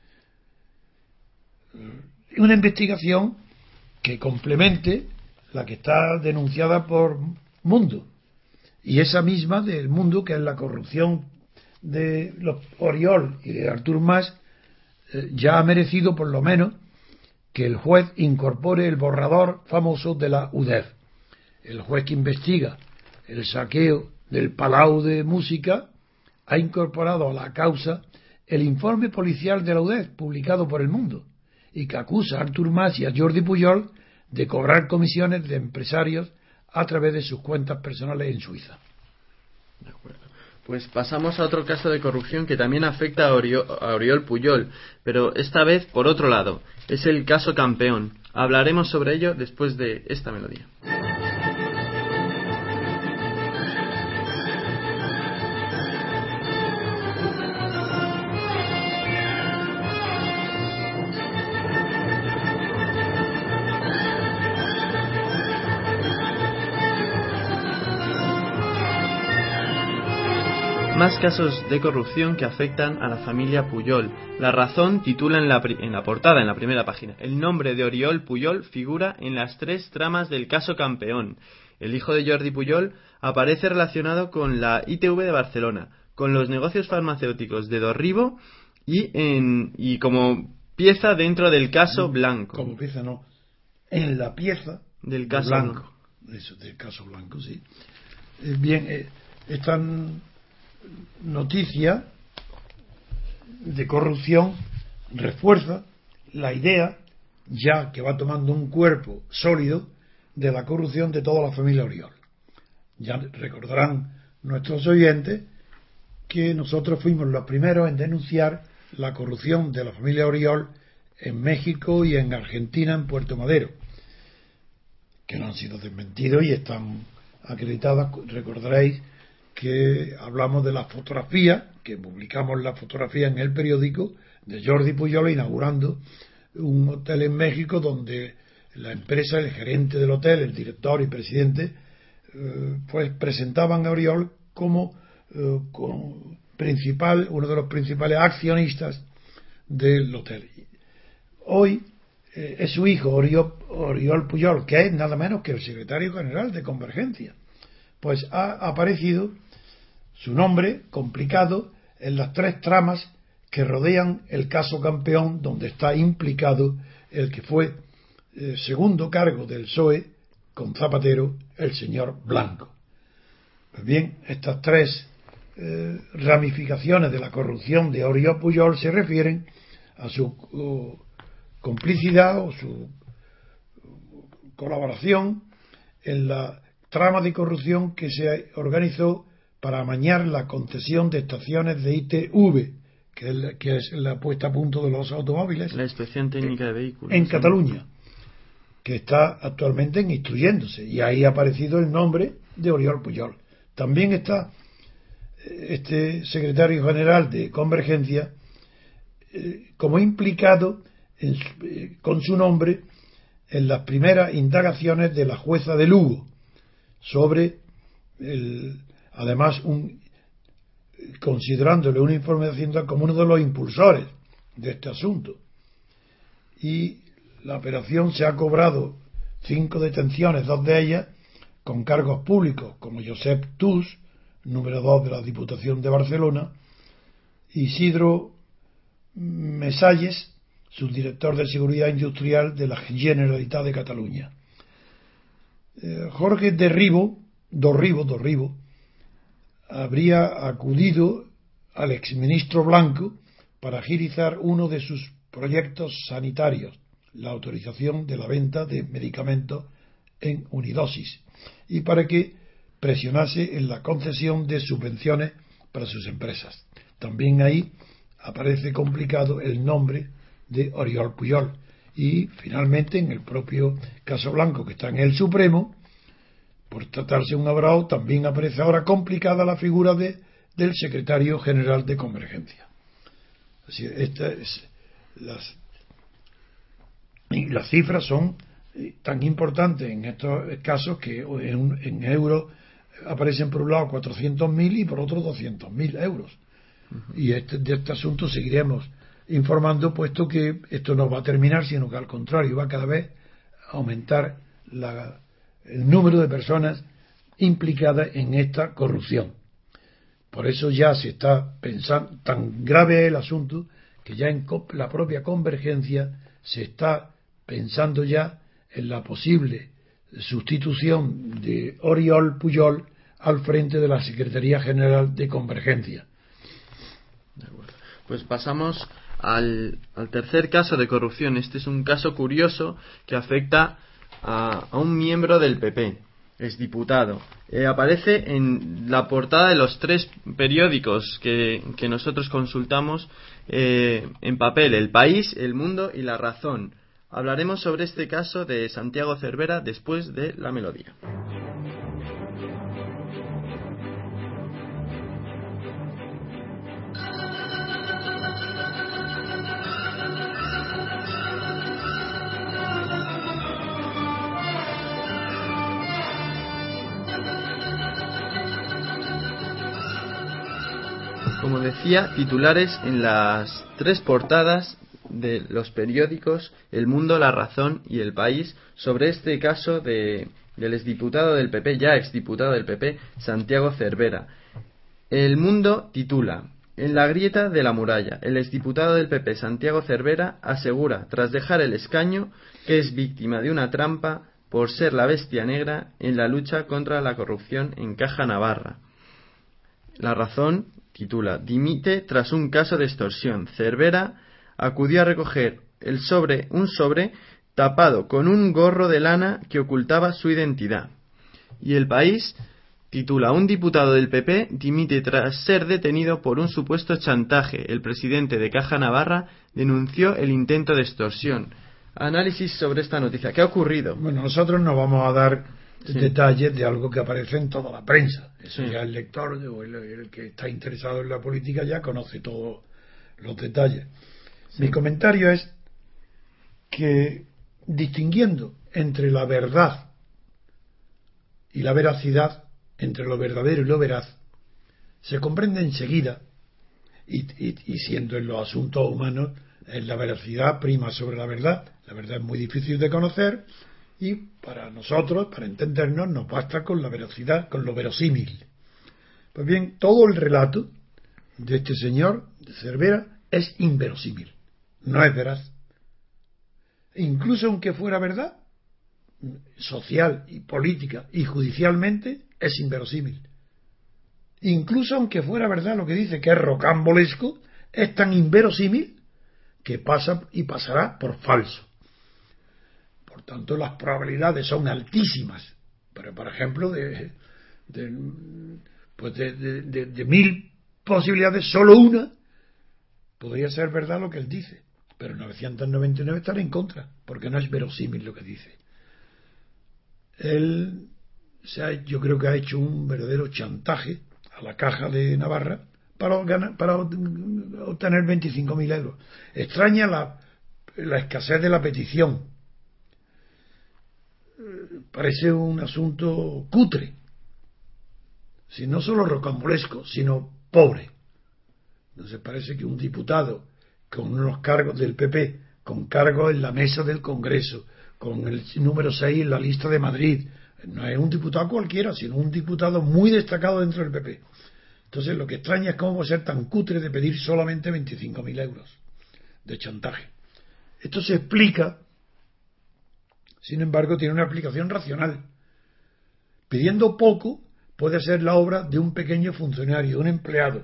Una investigación que complemente la que está denunciada por Mundo. Y esa misma del Mundo, que es la corrupción de los Oriol y de Artur Mas, eh, ya ha merecido por lo menos que el juez incorpore el borrador famoso de la U D E F. El juez que investiga el saqueo del Palau de Música ha incorporado a la causa el informe policial de la U D E F publicado por El Mundo y que acusa a Artur Mas y a Jordi Pujol de cobrar comisiones de empresarios a través de sus cuentas personales en Suiza. De acuerdo. Pues pasamos a otro caso de corrupción que también afecta a, Oriol, a Oriol Pujol, pero esta vez por otro lado. Es el caso Campeón. Hablaremos sobre ello después de esta melodía. Más casos de corrupción que afectan a la familia Pujol. La Razón titula en la, en la portada, en la primera página: el nombre de Oriol Pujol figura en las tres tramas del caso Campeón. El hijo de Jordi Pujol aparece relacionado con la I T V de Barcelona, con los negocios farmacéuticos de Dorribo y, en, y como pieza dentro del caso Blanco. Como pieza no, en la pieza del caso Blanco. Eso, del caso Blanco, sí. Eh, bien, eh, están noticia de corrupción refuerza la idea, ya que va tomando un cuerpo sólido, de la corrupción de toda la familia Oriol. Ya recordarán nuestros oyentes que nosotros fuimos los primeros en denunciar la corrupción de la familia Oriol en México y en Argentina, en Puerto Madero, que no han sido desmentidos y están acreditadas. Recordaréis que hablamos de la fotografía, que publicamos la fotografía en el periódico de Jordi Pujol inaugurando un hotel en México donde la empresa, el gerente del hotel, el director y presidente, eh, pues presentaban a Oriol como, eh, como principal, uno de los principales accionistas del hotel. Hoy eh, es su hijo Oriol, Oriol Pujol, que es nada menos que el secretario general de Convergencia, pues ha aparecido su nombre complicado en las tres tramas que rodean el caso Campeón, donde está implicado el que fue eh, segundo cargo del P S O E con Zapatero, el señor Blanco. Pues bien, estas tres eh, ramificaciones de la corrupción de Oriol Pujol se refieren a su uh, complicidad o su colaboración en la trama de corrupción que se organizó para amañar la concesión de estaciones de I T V, que es la, que es la puesta a punto de los automóviles, la Inspección Técnica de Vehículos, en ¿sí? Cataluña, que está actualmente instruyéndose, y ahí ha aparecido el nombre de Oriol Pujol. También está este secretario general de Convergencia eh, como implicado en su, eh, con su nombre en las primeras indagaciones de la jueza de Lugo sobre el, además un, considerándole un informe de Hacienda como uno de los impulsores de este asunto. Y la operación se ha cobrado cinco detenciones, dos de ellas con cargos públicos, como Josep Tus, número dos de la Diputación de Barcelona, Isidro Mesalles, subdirector de Seguridad Industrial de la Generalitat de Cataluña. Eh, Jorge Derribo, Dorribo, Dorribo, habría acudido al exministro Blanco para agilizar uno de sus proyectos sanitarios, la autorización de la venta de medicamentos en unidosis, y para que presionase en la concesión de subvenciones para sus empresas. También ahí aparece complicado el nombre de Oriol Pujol. Y finalmente, en el propio caso Blanco, que está en el Supremo, por tratarse de un abogado, también aparece ahora complicada la figura de, del secretario general de Convergencia. Así, esta es, las, y las cifras son tan importantes en estos casos que en, en euros aparecen por un lado cuatrocientos mil y por otro doscientos mil euros. Uh-huh. Y este, de este asunto seguiremos informando, puesto que esto no va a terminar, sino que al contrario va cada vez a aumentar la, el número de personas implicadas en esta corrupción. Por eso ya se está pensando, tan grave es el asunto, que ya en la propia Convergencia se está pensando ya en la posible sustitución de Oriol Pujol al frente de la Secretaría General de Convergencia. De acuerdo. Pues pasamos al, al tercer caso de corrupción. Este es un caso curioso que afecta a, a un miembro del P P, exdiputado. Eh, aparece en la portada de los tres periódicos que, que nosotros consultamos eh, en papel: El País, El Mundo y La Razón. Hablaremos sobre este caso de Santiago Cervera después de la melodía. Como decía, titulares en las tres portadas de los periódicos El Mundo, La Razón y El País sobre este caso de, del exdiputado del P P, ya exdiputado del P P, Santiago Cervera. El Mundo titula: En la grieta de la muralla, el exdiputado del P P, Santiago Cervera, asegura, tras dejar el escaño, que es víctima de una trampa por ser la bestia negra en la lucha contra la corrupción en Caja Navarra. La Razón titula: Dimite tras un caso de extorsión. Cervera acudió a recoger el sobre, un sobre tapado con un gorro de lana que ocultaba su identidad. Y El País titula: Un diputado del P P dimite tras ser detenido por un supuesto chantaje. El presidente de Caja Navarra denunció el intento de extorsión. Análisis sobre esta noticia. ¿Qué ha ocurrido? Bueno, nosotros no vamos a dar sí. detalles de algo que aparece en toda la prensa. Eso sí. ya el lector o el, el que está interesado en la política ya conoce todos los detalles. Sí. Mi comentario es que, distinguiendo entre la verdad y la veracidad, entre lo verdadero y lo veraz, se comprende enseguida, y, y, y siendo en los asuntos humanos, en la veracidad prima sobre la verdad. La verdad es muy difícil de conocer, y para nosotros, para entendernos, nos basta con la veracidad, con lo verosímil. Pues bien, todo el relato de este señor, de Cervera, es inverosímil, no es veraz. Incluso aunque fuera verdad, social y política y judicialmente, es inverosímil. Incluso aunque fuera verdad lo que dice, que es rocambolesco, es tan inverosímil que pasa y pasará por falso. Por tanto, las probabilidades son altísimas. Pero, por ejemplo, de, de, pues de, de, de, de mil posibilidades, solo una podría ser verdad lo que él dice. Pero novecientas noventa y nueve están en contra, porque no es verosímil lo que dice. Él, o sea, yo creo que ha hecho un verdadero chantaje a la Caja de Navarra para, ganar, para obtener veinticinco mil euros. Extraña la, la escasez de la petición. Parece un asunto cutre, si no solo rocambolesco, sino pobre. Entonces parece que un diputado con unos cargos del P P, con cargos en la mesa del Congreso, con el número seis en la lista de Madrid. No es un diputado cualquiera, sino un diputado muy destacado dentro del P P. Entonces lo que extraña es cómo puede ser tan cutre de pedir solamente veinticinco mil euros de chantaje. Esto se explica, sin embargo, tiene una aplicación racional. Pidiendo poco puede ser la obra de un pequeño funcionario, un empleado,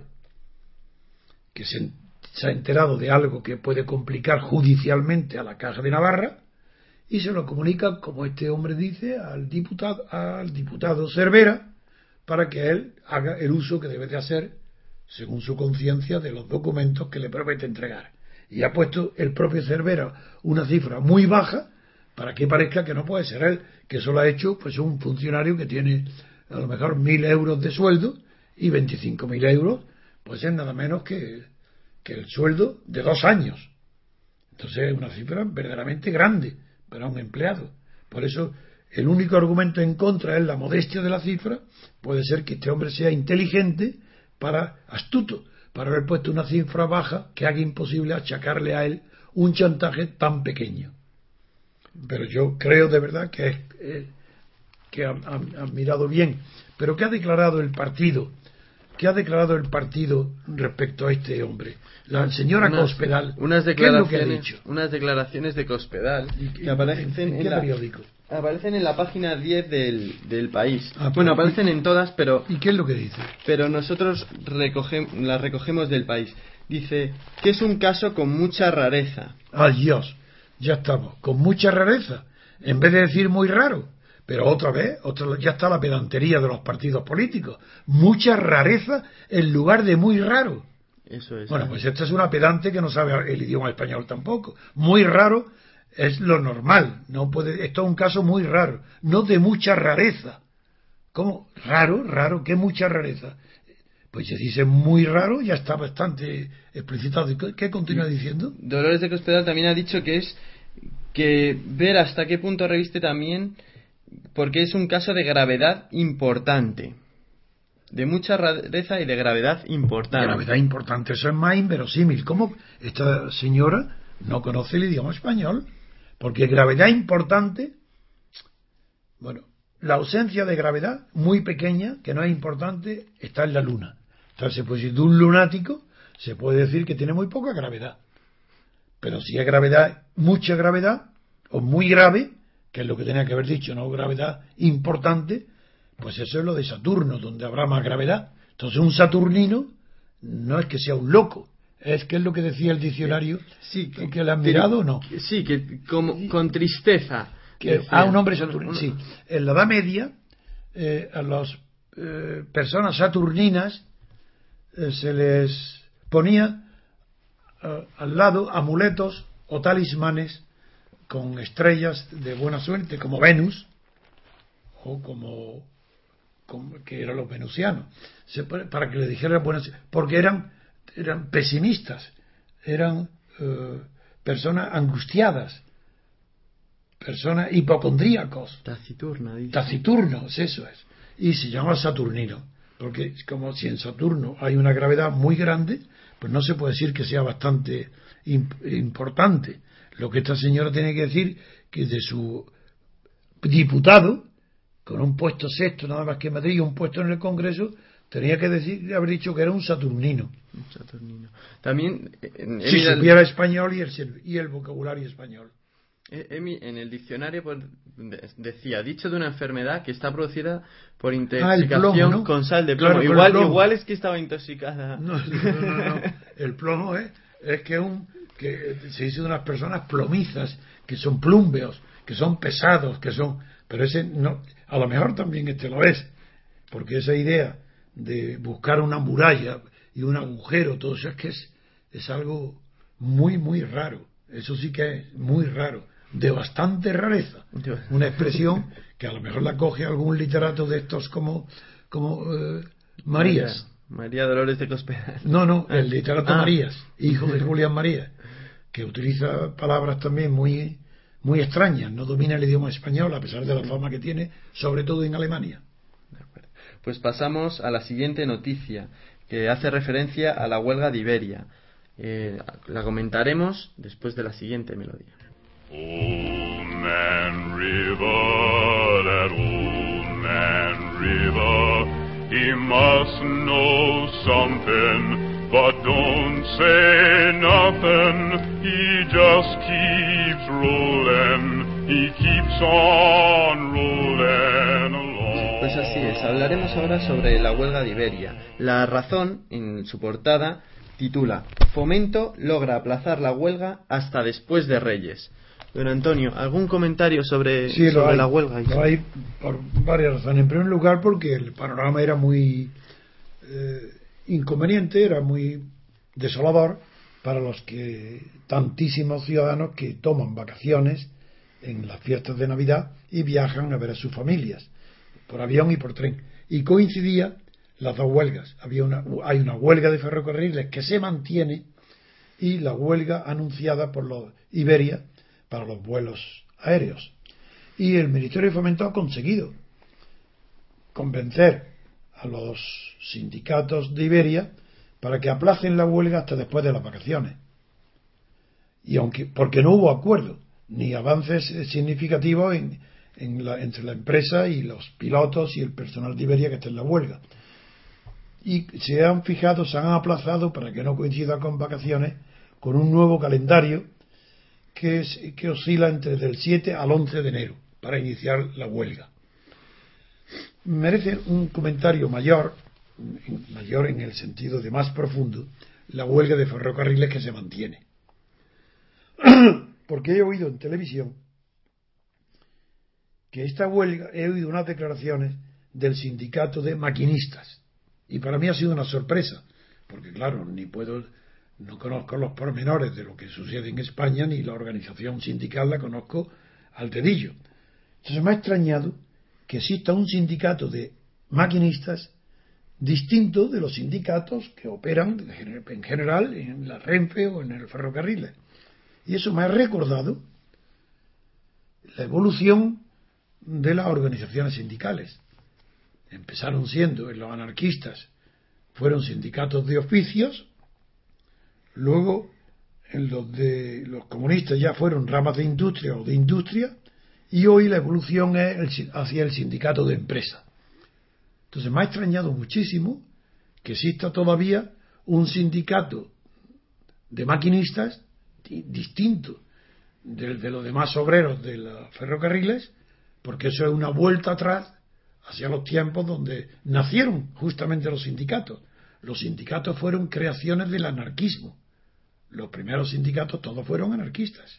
que se, se ha enterado de algo que puede complicar judicialmente a la Caja de Navarra y se lo comunica, como este hombre dice, al diputado, al diputado Cervera, para que él haga el uso que debe de hacer, según su conciencia, de los documentos que le promete entregar. Y ha puesto el propio Cervera una cifra muy baja para que parezca que no puede ser él, que solo ha hecho pues un funcionario que tiene a lo mejor mil euros de sueldo y veinticinco mil euros, pues es nada menos que, que el sueldo de dos años. Entonces es una cifra verdaderamente grande para un empleado. Por eso el único argumento en contra es la modestia de la cifra. Puede ser que este hombre sea inteligente, para astuto, para haber puesto una cifra baja que haga imposible achacarle a él un chantaje tan pequeño. Pero yo creo de verdad que es eh, que ha, ha, ha mirado bien. Pero ¿qué ha declarado el partido? ¿Qué ha declarado el partido respecto a este hombre? La señora unas, Cospedal. Unas ¿qué es lo que ha dicho? Unas declaraciones de Cospedal que aparecen ¿En, en, en qué la, periódico? Aparecen en la página diez del, del País. Ah, bueno, aparecen en todas, pero... ¿Y qué es lo que dice? Pero nosotros recoge, las recogemos del País. Dice que es un caso con mucha rareza. ¡Ay, Dios! Ya estamos. Con mucha rareza. En vez de decir muy raro. Pero otra vez, otra, ya está la pedantería de los partidos políticos. Mucha rareza en lugar de muy raro. Eso es. Bueno, pues esta es una pedante que no sabe el idioma español tampoco. Muy raro es lo normal. No puede, esto es un caso muy raro, no de mucha rareza. ¿Cómo? Raro, raro, ¿qué mucha rareza? Pues se dice muy raro, ya está bastante explicitado. ¿Qué continúa diciendo? Dolores de Cospedal también ha dicho que es que ver hasta qué punto reviste también, porque es un caso de gravedad importante. De mucha rareza y de gravedad importante. Gravedad importante, eso es más inverosímil. ¿Cómo esta señora no conoce el idioma español? Porque gravedad importante, bueno, la ausencia de gravedad muy pequeña, que no es importante, está en la luna. Entonces se puede decir de un lunático, se puede decir que tiene muy poca gravedad. Pero si es gravedad, mucha gravedad, o muy grave, que es lo que tenía que haber dicho, no gravedad importante, pues eso es lo de Saturno, donde habrá más gravedad. Entonces un saturnino no es que sea un loco, es que es lo que decía el diccionario. Sí, que, que le han mirado o no. Sí, que como, con tristeza. Que a un hombre saturnino, sí. En la Edad Media, eh, a las eh, personas saturninas eh, se les ponía eh, al lado amuletos o talismanes con estrellas de buena suerte, como Venus o como, como que eran los venusianos, se, para que le dijeran buenas, porque eran eran pesimistas, eran eh, personas angustiadas, personas hipocondríacos, taciturna, dice. taciturnos, eso es, y se llama Saturnino, porque como si en Saturno hay una gravedad muy grande, pues no se puede decir que sea bastante imp- importante. Lo que esta señora tiene que decir que de su diputado, con un puesto sexto nada más que en Madrid, un puesto en el Congreso, tenía que decir, haber dicho que era un saturnino. Un saturnino. También, en, si en supiera el, español y el, y el vocabulario español. En el diccionario pues, decía, dicho de una enfermedad que está producida por intoxicación ah, plomo, ¿no? con sal de plomo. Claro, igual, plomo. igual es que estaba intoxicada. No, no, no, no. El plomo es, es que, un, que se dice de unas personas plomizas, que son plumbeos, que son pesados, que son... Pero ese no, a lo mejor también este lo es, porque esa idea de buscar una muralla y un agujero, todo eso es que es, es algo muy, muy raro. Eso sí que es muy raro, de bastante rareza. Una expresión que a lo mejor la coge algún literato de estos como, como eh, Marías. María, María Dolores de Cospedal. No, no, el literato ah. Marías, hijo de Julián Marías, que utiliza palabras también muy, muy extrañas, no domina el idioma español a pesar de la fama que tiene, sobre todo en Alemania. Pues pasamos a la siguiente noticia, que hace referencia a la huelga de Iberia. Eh, la comentaremos después de la siguiente melodía. Old Man River, that old man River, he must know something, but don't say nothing. He just keeps rolling, he keeps on rolling along. Pues así es, hablaremos ahora sobre la huelga de Iberia. La Razón, en su portada, titula Fomento logra aplazar la huelga hasta después de Reyes. Don Antonio, ¿algún comentario sobre, sí, sobre hay, la huelga? Lo hay por varias razones. En primer lugar, porque el panorama era muy eh, inconveniente, era muy desolador para los que tantísimos ciudadanos que toman vacaciones en las fiestas de Navidad y viajan a ver a sus familias por avión y por tren. Y coincidía las dos huelgas. Había una, hay una huelga de ferrocarriles que se mantiene y la huelga anunciada por los Iberia para los vuelos aéreos. Y el Ministerio de Fomento ha conseguido convencer a los sindicatos de Iberia para que aplacen la huelga hasta después de las vacaciones. Y aunque porque no hubo acuerdo ni avances significativos en, en la, entre la empresa y los pilotos y el personal de Iberia que está en la huelga. Y se han fijado, se han aplazado para que no coincida con vacaciones, con un nuevo calendario que, es, que oscila entre del siete al once de enero para iniciar la huelga. Merece un comentario mayor, mayor en el sentido de más profundo, la huelga de ferrocarriles que se mantiene. Porque he oído en televisión que esta huelga, he oído unas declaraciones del sindicato de maquinistas. Y para mí ha sido una sorpresa, porque claro, ni puedo, no conozco los pormenores de lo que sucede en España, ni la organización sindical la conozco al dedillo. Entonces me ha extrañado que exista un sindicato de maquinistas distinto de los sindicatos que operan en general en la Renfe o en el ferrocarril. Y eso me ha recordado la evolución de las organizaciones sindicales. Empezaron siendo los anarquistas, fueron sindicatos de oficios, luego en los de los comunistas ya fueron ramas de industria o de industria, y hoy la evolución es el, hacia el sindicato de empresa. Entonces me ha extrañado muchísimo que exista todavía un sindicato de maquinistas distinto de, de los demás obreros de los ferrocarriles, porque eso es una vuelta atrás hacia los tiempos donde nacieron justamente los sindicatos. Los sindicatos fueron creaciones del anarquismo. Los primeros sindicatos todos fueron anarquistas.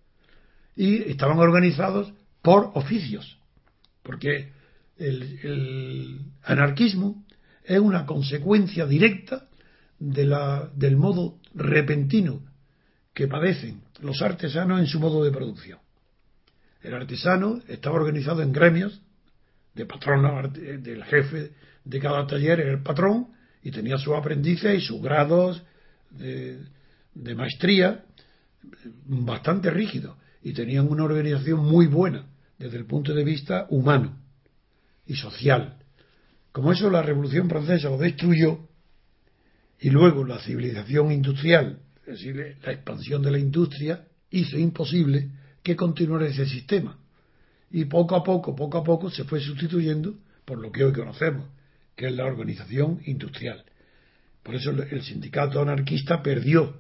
Y estaban organizados por oficios. Porque el, el anarquismo es una consecuencia directa de la, del modo repentino que padecen los artesanos en su modo de producción. El artesano estaba organizado en gremios de patrono, del jefe de cada taller era el patrón y tenía sus aprendices y sus grados de, de maestría bastante rígidos y tenían una organización muy buena desde el punto de vista humano y social. Como eso la Revolución Francesa lo destruyó y luego la civilización industrial, es decir, la expansión de la industria hizo imposible que continuara ese sistema. Y poco a poco, poco a poco se fue sustituyendo por lo que hoy conocemos, que es la organización industrial. Por eso el sindicato anarquista perdió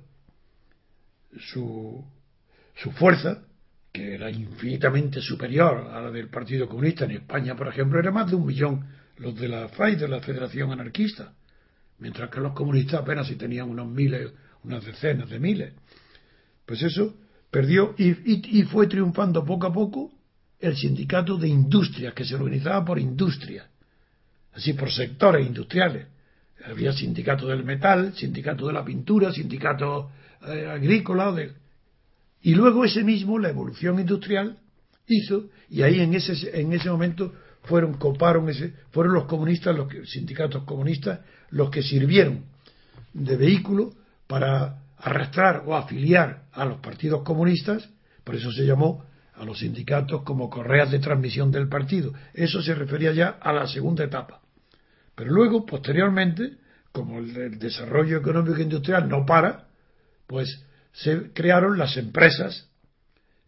su, su fuerza, que era infinitamente superior a la del Partido Comunista. En España, por ejemplo, era más de un millón los de la F A I, de la Federación Anarquista, mientras que los comunistas apenas si tenían unos miles, unas decenas de miles. Pues eso perdió y, y, y fue triunfando poco a poco el sindicato de industrias, que se organizaba por industria, así por sectores industriales. Había sindicato del metal, sindicato de la pintura, sindicato eh, agrícola, de... y luego ese mismo, la evolución industrial, hizo, y ahí en ese, en ese momento fueron, coparon ese, fueron los comunistas, los que, sindicatos comunistas, los que sirvieron de vehículo para arrastrar o afiliar a los partidos comunistas, por eso se llamó a los sindicatos como correas de transmisión del partido. Eso se refería ya a la segunda etapa. Pero luego, posteriormente, como el, el desarrollo económico e industrial no para, pues se crearon las empresas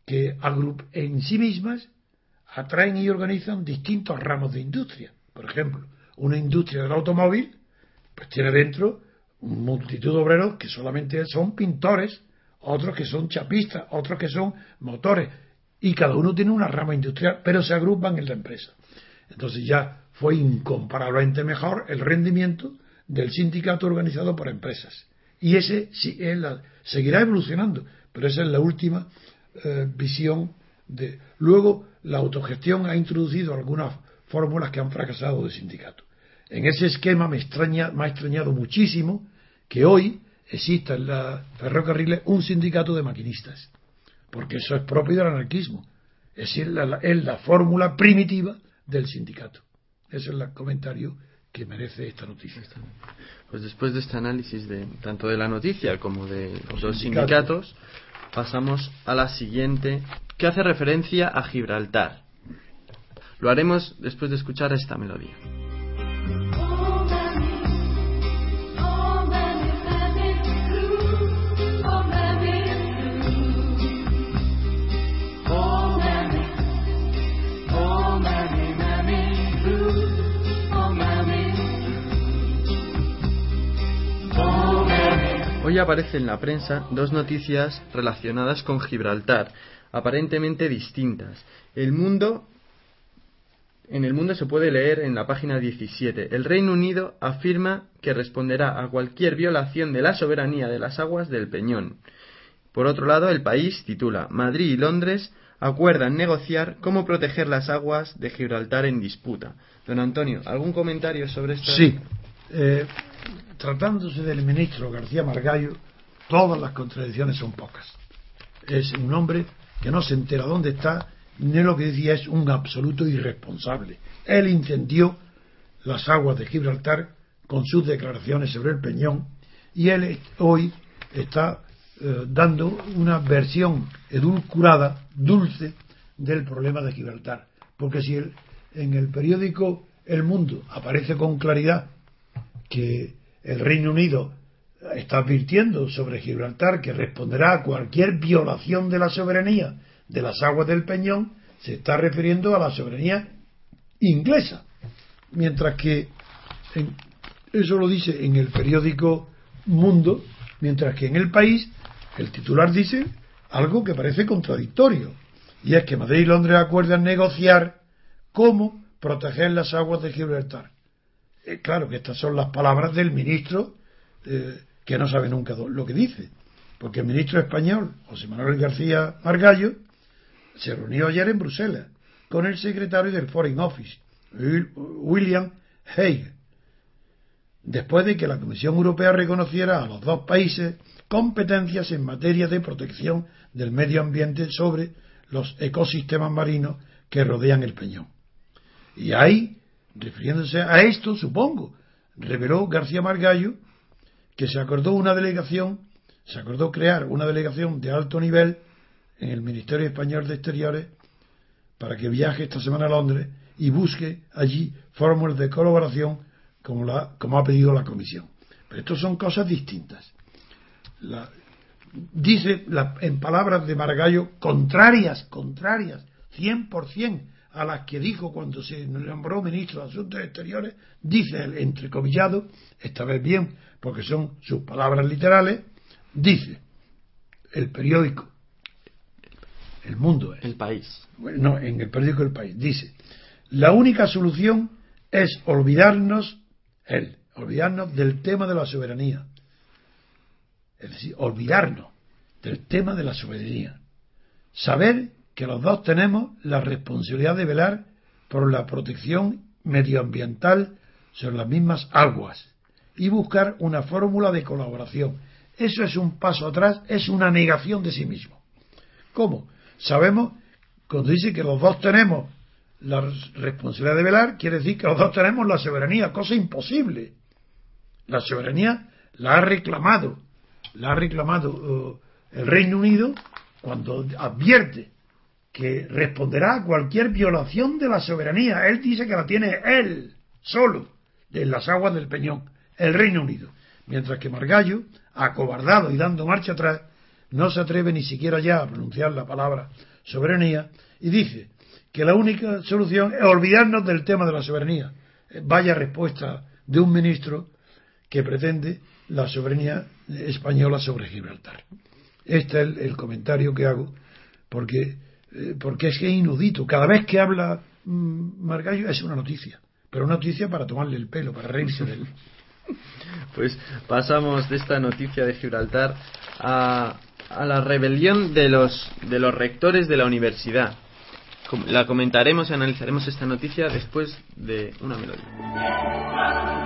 que en sí mismas atraen y organizan distintos ramos de industria. Por ejemplo, una industria del automóvil pues tiene dentro multitud de obreros que solamente son pintores, otros que son chapistas, otros que son motores, y cada uno tiene una rama industrial, pero se agrupan en la empresa. Entonces ya fue incomparablemente mejor el rendimiento del sindicato organizado por empresas. Y ese sí, es la, seguirá evolucionando, pero esa es la última eh, visión de. Luego, la autogestión ha introducido algunas fórmulas que han fracasado de sindicato. En ese esquema me extraña, me ha extrañado muchísimo que hoy exista en la ferrocarriles un sindicato de maquinistas, porque eso es propio del anarquismo. Es decir, la, la, es la fórmula primitiva del sindicato. Ese es el comentario que merece esta noticia. Pues después de este análisis de tanto de la noticia como de los dos sindicatos, sindicatos, pasamos a la siguiente, que hace referencia a Gibraltar. Lo haremos después de escuchar esta melodía. Hoy aparecen en la prensa dos noticias relacionadas con Gibraltar, aparentemente distintas. El Mundo, en El Mundo se puede leer en la página diecisiete, el Reino Unido afirma que responderá a cualquier violación de la soberanía de las aguas del Peñón. Por otro lado, El País titula, Madrid y Londres acuerdan negociar cómo proteger las aguas de Gibraltar en disputa. Don Antonio, ¿algún comentario sobre esto? Sí. Eh, tratándose del ministro García Margallo, todas las contradicciones son pocas. Es un hombre que no se entera dónde está, ni lo que decía es un absoluto irresponsable. Él incendió las aguas de Gibraltar con sus declaraciones sobre el Peñón, y él hoy está eh, dando una versión edulcorada, dulce, del problema de Gibraltar. Porque si el, en el periódico El Mundo aparece con claridad que el Reino Unido está advirtiendo sobre Gibraltar que responderá a cualquier violación de la soberanía de las aguas del Peñón, se está refiriendo a la soberanía inglesa, mientras que en, eso lo dice en el periódico Mundo, mientras que en El País el titular dice algo que parece contradictorio, y es que Madrid y Londres acuerdan negociar cómo proteger las aguas de Gibraltar. Eh, claro que estas son las palabras del ministro eh, que no sabe nunca lo que dice, porque el ministro español José Manuel García Margallo se reunió ayer en Bruselas con el secretario del Foreign Office, William Hague, después de que la Comisión Europea reconociera a los dos países competencias en materia de protección del medio ambiente sobre los ecosistemas marinos que rodean el Peñón. Y ahí, refiriéndose a esto, supongo, reveló García Margallo que se acordó una delegación, se acordó crear una delegación de alto nivel en el Ministerio Español de Exteriores para que viaje esta semana a Londres y busque allí fórmulas de colaboración como, la, como ha pedido la Comisión. Pero esto son cosas distintas. La, dice la, en palabras de Margallo contrarias, contrarias, cien por ciento a las que dijo cuando se nombró ministro de Asuntos Exteriores, dice el entrecomillado, esta vez bien, porque son sus palabras literales, dice el periódico El Mundo, es, El País. Bueno, no, en el periódico El País, dice, la única solución es olvidarnos, él, olvidarnos del tema de la soberanía. Es decir, olvidarnos del tema de la soberanía. Saber que los dos tenemos la responsabilidad de velar por la protección medioambiental sobre las mismas aguas y buscar una fórmula de colaboración. Eso es un paso atrás, es una negación de sí mismo. ¿Cómo? Sabemos, cuando dice que los dos tenemos la responsabilidad de velar, quiere decir que los dos tenemos la soberanía, cosa imposible. La soberanía la ha reclamado, la ha reclamado uh, el Reino Unido cuando advierte que responderá a cualquier violación de la soberanía. Él dice que la tiene él, solo, en las aguas del Peñón, el Reino Unido. Mientras que Margallo, acobardado y dando marcha atrás, no se atreve ni siquiera ya a pronunciar la palabra soberanía, y dice que la única solución es olvidarnos del tema de la soberanía. Vaya respuesta de un ministro que pretende la soberanía española sobre Gibraltar. Este es el, el comentario que hago, porque, eh, porque es que es inaudito. Cada vez que habla mmm, Margallo es una noticia, pero una noticia para tomarle el pelo, para reírse de él. Pues pasamos de esta noticia de Gibraltar a, a la rebelión de los, de los rectores de la universidad. La comentaremos y analizaremos esta noticia después de una melodía.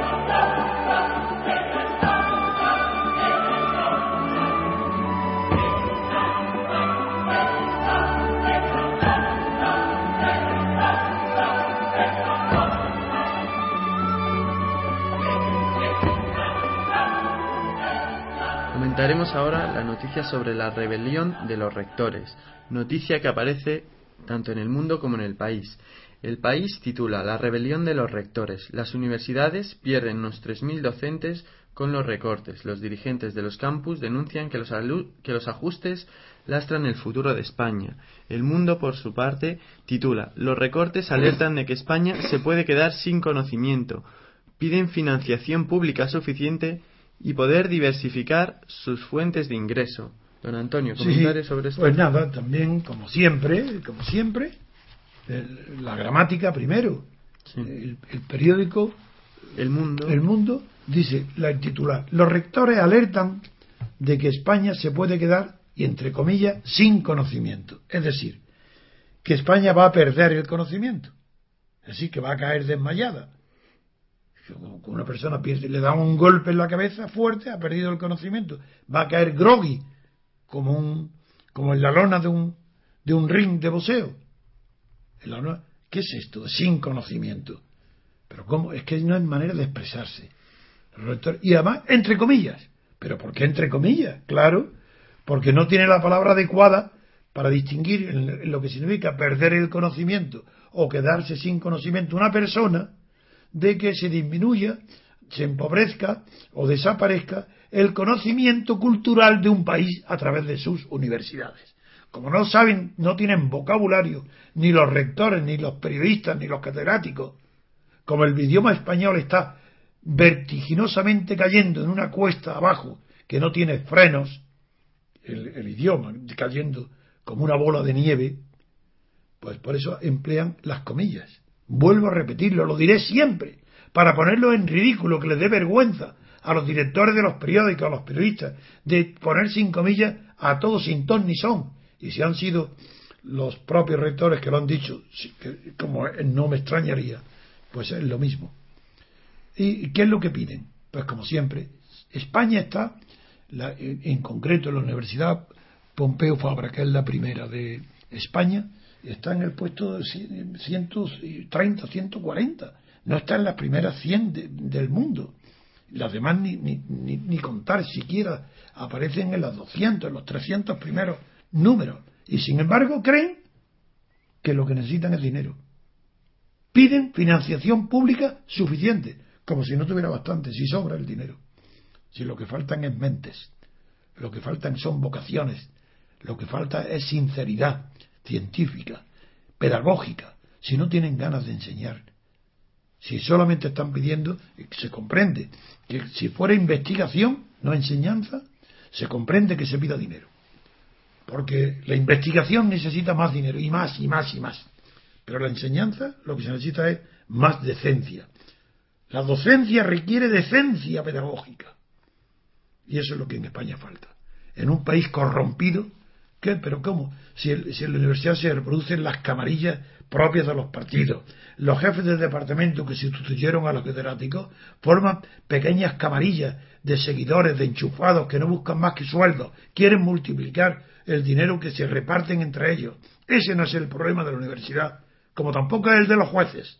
Comentaremos ahora la noticia sobre la rebelión de los rectores, noticia que aparece tanto en El Mundo como en El País. El País titula La rebelión de los rectores. Las universidades pierden unos tres mil docentes con los recortes. Los dirigentes de los campus denuncian que los, que los ajustes lastran el futuro de España. El Mundo, por su parte, titula Los recortes alertan de que España se puede quedar sin conocimiento. Piden financiación pública suficiente y poder diversificar sus fuentes de ingreso. Don Antonio, comentarios sí, sobre esto. Pues nada, también como siempre, como siempre, el, la gramática primero. Sí. El, el periódico El Mundo. El Mundo dice, la titular, los rectores alertan de que España se puede quedar, y entre comillas, sin conocimiento. Es decir, que España va a perder el conocimiento. Es decir, que va a caer desmayada. Una persona pierde, le da un golpe en la cabeza fuerte, ha perdido el conocimiento, va a caer groggy, como un como en la lona de un de un ring de boxeo. En la lona, ¿qué es esto? Sin conocimiento. Pero cómo, es que no hay manera de expresarse. Y además, entre comillas. ¿Pero por qué entre comillas? Claro, porque no tiene la palabra adecuada para distinguir en lo que significa perder el conocimiento o quedarse sin conocimiento una persona, de que se disminuya, se empobrezca o desaparezca el conocimiento cultural de un país a través de sus universidades. Como no saben, no tienen vocabulario, ni los rectores, ni los periodistas, ni los catedráticos, como el idioma español está vertiginosamente cayendo en una cuesta abajo que no tiene frenos, el, el idioma cayendo como una bola de nieve, pues por eso emplean las comillas. Vuelvo a repetirlo, lo diré siempre, para ponerlo en ridículo, que les dé vergüenza a los directores de los periódicos, a los periodistas, de poner sin comillas a todos sin ton ni son. Y si han sido los propios rectores que lo han dicho, como no me extrañaría, pues es lo mismo. ¿Y qué es lo que piden? Pues como siempre, España está, la, en concreto en la Universidad Pompeu Fabra, que es la primera de España, está en el puesto ciento treinta, ciento cuarenta. No está en las primeras cien de, del mundo. Las demás ni, ni, ni, ni contar siquiera aparecen en las doscientos, en los trescientos primeros números. Y sin embargo creen que lo que necesitan es dinero. Piden financiación pública suficiente, como si no tuviera bastante, si sobra el dinero. Si lo que faltan es mentes, lo que faltan son vocaciones, lo que falta es sinceridad científica, pedagógica, si no tienen ganas de enseñar. Si solamente están pidiendo, se comprende que si fuera investigación, no enseñanza, se comprende que se pida dinero. Porque la investigación necesita más dinero, y más, y más, y más. Pero la enseñanza lo que se necesita es más decencia. La docencia requiere decencia pedagógica. Y eso es lo que en España falta. En un país corrompido, ¿qué? ¿Pero cómo? Si, el, si en la universidad se reproducen las camarillas propias de los partidos, los jefes del departamento que sustituyeron a los catedráticos forman pequeñas camarillas de seguidores, de enchufados que no buscan más que sueldos, quieren multiplicar el dinero que se reparten entre ellos. Ese no es el problema de la universidad, como tampoco es el de los jueces.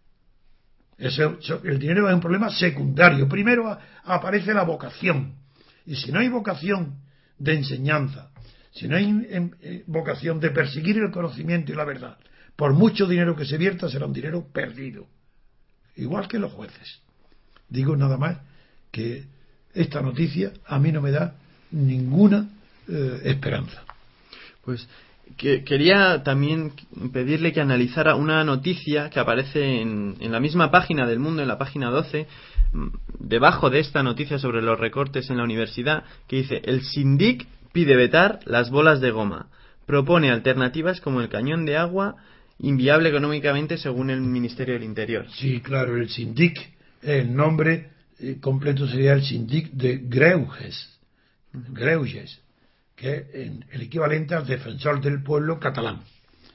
Ese, el dinero es un problema secundario. Primero a, aparece la vocación, y si no hay vocación de enseñanza, si no hay en, en, vocación de perseguir el conocimiento y la verdad, por mucho dinero que se vierta será un dinero perdido, igual que los jueces. Digo nada más que esta noticia a mí no me da ninguna eh, esperanza. Pues que, quería también pedirle que analizara una noticia que aparece en, en la misma página del Mundo, en la página doce, debajo de esta noticia sobre los recortes en la universidad, que dice: el Sindic pide vetar las bolas de goma, propone alternativas como el cañón de agua, inviable económicamente según el Ministerio del Interior. Sí, claro, el Sindic, el nombre eh, completo sería el Sindic de Greuges, uh-huh. Greuges, que es el equivalente al defensor del pueblo catalán.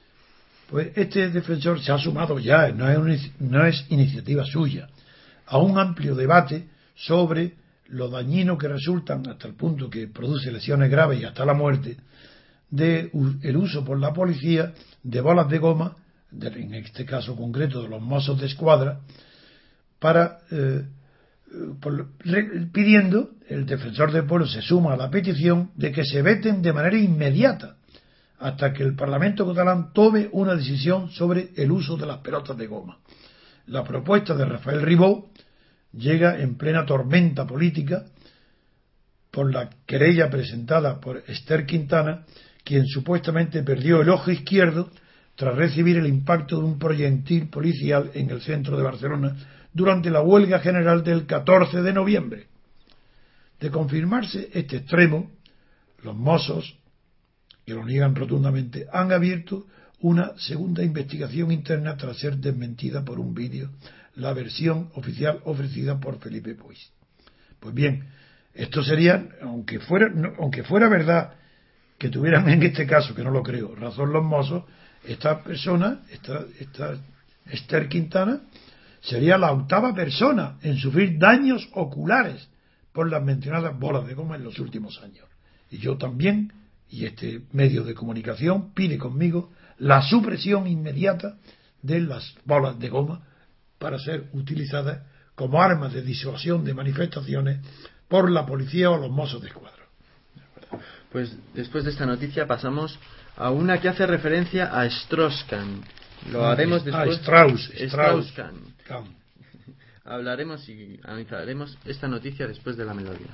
Pues este defensor se ha sumado ya, no es, un, no es iniciativa suya, a un amplio debate sobre lo dañino que resultan, hasta el punto que produce lesiones graves y hasta la muerte, de el uso por la policía de bolas de goma, de, en este caso concreto de los Mossos de Escuadra, para eh, por, re, pidiendo, el defensor del pueblo se suma a la petición de que se veten de manera inmediata hasta que el Parlamento catalán tome una decisión sobre el uso de las pelotas de goma. La propuesta de Rafael Ribó llega en plena tormenta política por la querella presentada por Esther Quintana, quien supuestamente perdió el ojo izquierdo tras recibir el impacto de un proyectil policial en el centro de Barcelona durante la huelga general del catorce de noviembre. De confirmarse este extremo, los Mossos, que lo niegan rotundamente, han abierto una segunda investigación interna tras ser desmentida por un vídeo, la versión oficial ofrecida por Felipe Puig. Pues bien, esto sería, aunque fuera, no, aunque fuera verdad que tuvieran en este caso, que no lo creo, razón los Mossos, esta persona, esta, esta Esther Quintana, sería la octava persona en sufrir daños oculares por las mencionadas bolas de goma en los últimos años. Y yo también, y este medio de comunicación pide conmigo la supresión inmediata de las bolas de goma para ser utilizadas como armas de disuasión de manifestaciones por la policía o los Mossos de Escuadra. Pues después de esta noticia pasamos a una que hace referencia a Strauss-Kahn. Lo ah, haremos ah, después. Strauss, Strauss-Kahn. Strauss. Hablaremos y analizaremos esta noticia después de la melodía.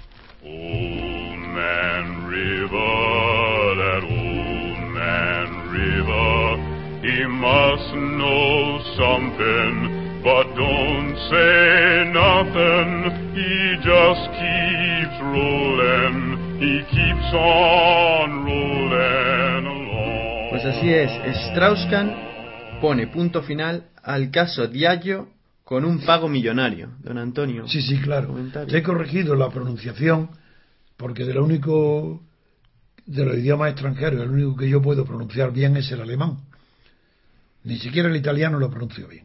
Old Man River, that old man River, he must know something, but don't say nothing. He just keeps rolling. He keeps on rolling along. Pues así es, Strauss-Kahn pone punto final al caso Diageo con un pago millonario. Don Antonio. Sí, sí, claro. Te he corregido la pronunciación porque de lo único de los idiomas extranjeros, el único que yo puedo pronunciar bien es el alemán. Ni siquiera el italiano lo pronuncio bien.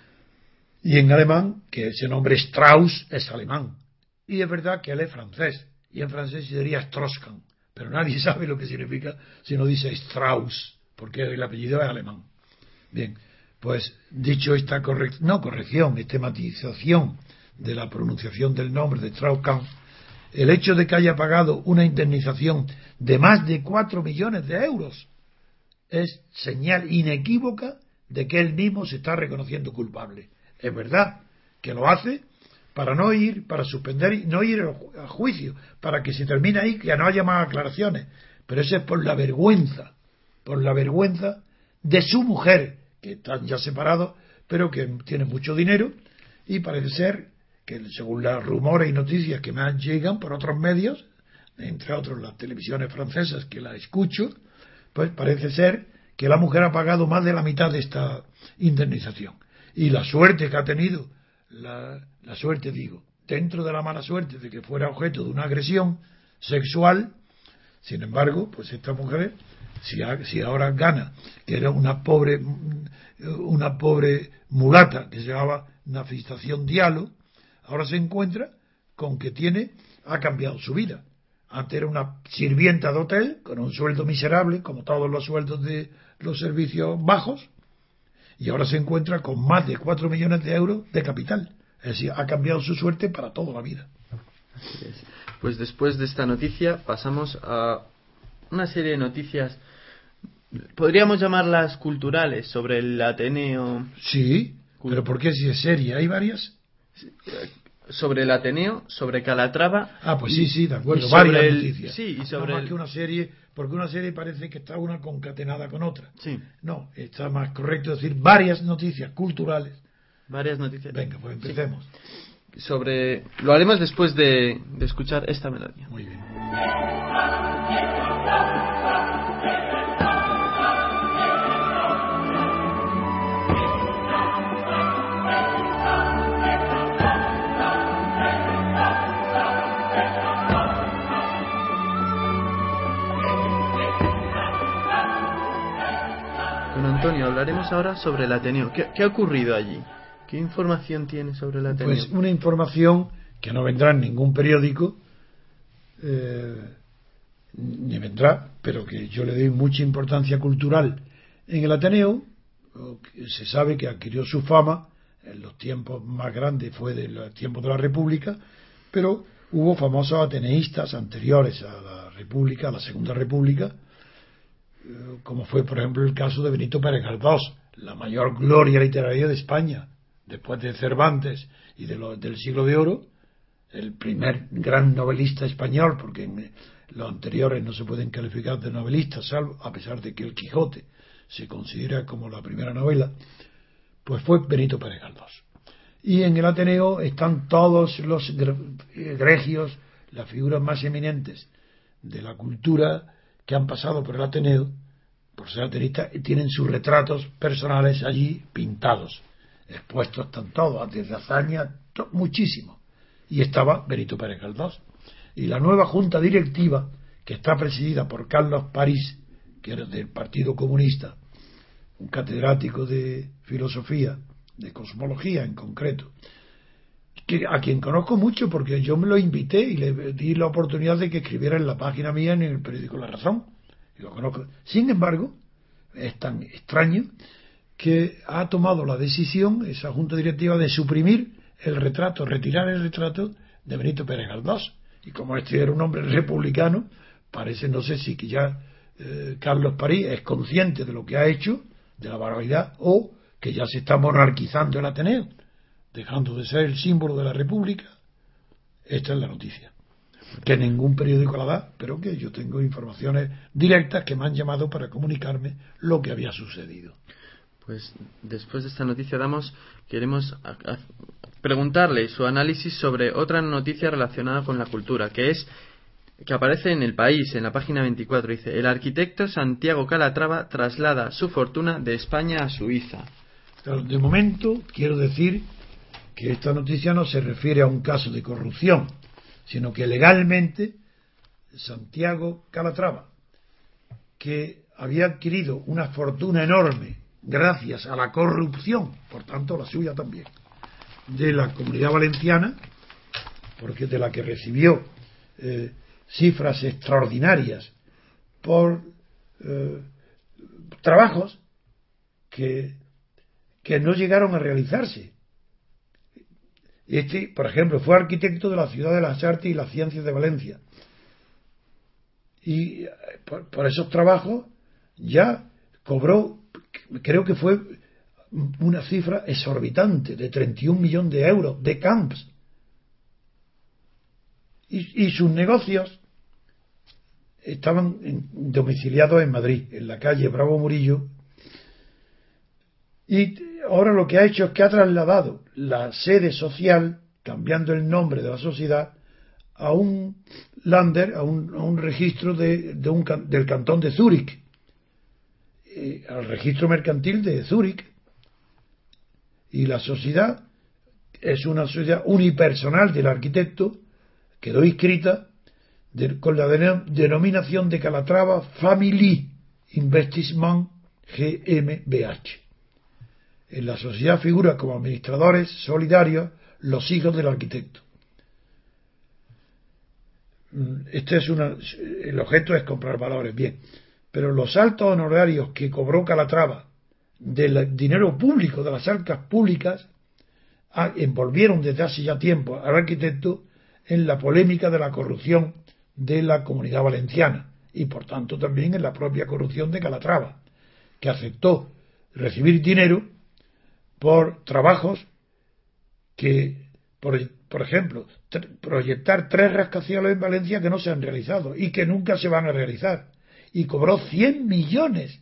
Y en alemán, que ese nombre Strauss es alemán. Y es verdad que él es francés. Y en francés sería Strauss-Kahn, pero nadie sabe lo que significa si no dice Strauss, porque el apellido es alemán. Bien, pues dicho esta corrección, no corrección, esta matización de la pronunciación del nombre de Strauss-Kahn, el hecho de que haya pagado una indemnización de más de cuatro millones de euros es señal inequívoca de que él mismo se está reconociendo culpable. Es verdad que lo hace para no ir, para suspender y no ir a juicio, para que se termine ahí, que ya no haya más aclaraciones. Pero eso es por la vergüenza, por la vergüenza de su mujer, que están ya separados, pero que tiene mucho dinero, y parece ser que, según los rumores y noticias que me llegan por otros medios, entre otros las televisiones francesas que la escucho, pues parece ser que la mujer ha pagado más de la mitad de esta indemnización. Y la suerte que ha tenido, la, la suerte digo, dentro de la mala suerte de que fuera objeto de una agresión sexual, sin embargo, pues esta mujer, si, si ahora gana, que era una pobre una pobre mulata que se llamaba Nafistación Diallo, ahora se encuentra con que tiene, ha cambiado su vida. Antes era una sirvienta de hotel con un sueldo miserable, como todos los sueldos de los servicios bajos, y ahora se encuentra con más de cuatro millones de euros de capital. Es decir, ha cambiado su suerte para toda la vida. Así es. Pues después de esta noticia pasamos a una serie de noticias, podríamos llamarlas culturales, sobre el Ateneo. Sí, pero ¿por qué si es seria? ¿Hay varias? Sobre el Ateneo, sobre Calatrava. Ah, pues sí, sí, de acuerdo, varias el, noticias. Sí, y sobre no más el... que una serie, porque una serie parece que está una concatenada con otra. Sí. No, está más correcto decir varias noticias culturales. Varias noticias. Venga, pues empecemos. Sí. Sobre... Lo haremos después de, de escuchar esta melodía. Muy bien. Antonio, hablaremos ahora sobre el Ateneo. ¿Qué, qué ha ocurrido allí? ¿Qué información tiene sobre el Ateneo? Pues una información que no vendrá en ningún periódico, eh, ni vendrá, pero que yo le doy mucha importancia cultural. En el Ateneo se sabe que adquirió su fama, en los tiempos más grandes fue de los tiempos de la República, pero hubo famosos ateneístas anteriores a la República, a la Segunda República, como fue por ejemplo el caso de Benito Pérez Galdós, la mayor gloria literaria de España, después de Cervantes y de lo, del siglo de oro, el primer gran novelista español, porque en los anteriores no se pueden calificar de novelistas, salvo a pesar de que el Quijote se considera como la primera novela, pues fue Benito Pérez Galdós. Y en el Ateneo están todos los egregios, las figuras más eminentes de la cultura que han pasado por el Ateneo, por ser ateneístas, y tienen sus retratos personales allí pintados. Expuestos están todos, desde Azaña, to, muchísimo. Y estaba Benito Pérez Galdós. Y la nueva junta directiva, que está presidida por Carlos París, que era del Partido Comunista, un catedrático de filosofía, de cosmología en concreto, que a quien conozco mucho porque yo me lo invité y le di la oportunidad de que escribiera en la página mía en el periódico La Razón, y lo conozco. Sin embargo, es tan extraño que ha tomado la decisión esa junta directiva de suprimir el retrato, retirar el retrato de Benito Pérez Galdós, y como este era un hombre republicano, parece, no sé si que ya eh, Carlos París es consciente de lo que ha hecho, de la barbaridad, o que ya se está monarquizando el Ateneo, dejando de ser el símbolo de la República. Esta es la noticia, que ningún periódico la da, pero que yo tengo informaciones directas que me han llamado para comunicarme lo que había sucedido. Pues después de esta noticia damos queremos a, a preguntarle su análisis sobre otra noticia relacionada con la cultura, que es que aparece en El País, en la página veinticuatro. Dice: el arquitecto Santiago Calatrava traslada su fortuna de España a Suiza. De momento quiero decir que esta noticia no se refiere a un caso de corrupción, sino que legalmente Santiago Calatrava, que había adquirido una fortuna enorme gracias a la corrupción, por tanto la suya también, de la Comunidad Valenciana, porque de la que recibió eh, cifras extraordinarias por eh, trabajos que, que no llegaron a realizarse. Este, por ejemplo, fue arquitecto de la Ciudad de las Artes y las Ciencias de Valencia. Y por, por esos trabajos ya cobró, creo que fue una cifra exorbitante de treinta y un millones de euros de camps. Y, y sus negocios estaban en, domiciliados en Madrid, en la calle Bravo Murillo. Y ahora lo que ha hecho es que ha trasladado la sede social, cambiando el nombre de la sociedad, a un Lander, a un, a un registro de, de un, del cantón de Zúrich, eh, al registro mercantil de Zúrich. Y la sociedad es una sociedad unipersonal del arquitecto, quedó inscrita de, con la de, denominación de Calatrava Family Investissement G M B H. En la sociedad figura como administradores solidarios los hijos del arquitecto. Este es una, el objeto es comprar valores, bien, pero los altos honorarios que cobró Calatrava del dinero público, de las arcas públicas, envolvieron desde hace ya tiempo al arquitecto en la polémica de la corrupción de la Comunidad Valenciana y por tanto también en la propia corrupción de Calatrava, que aceptó recibir dinero por trabajos que, por, por ejemplo, tr- proyectar tres rascacielos en Valencia que no se han realizado y que nunca se van a realizar, y cobró cien millones,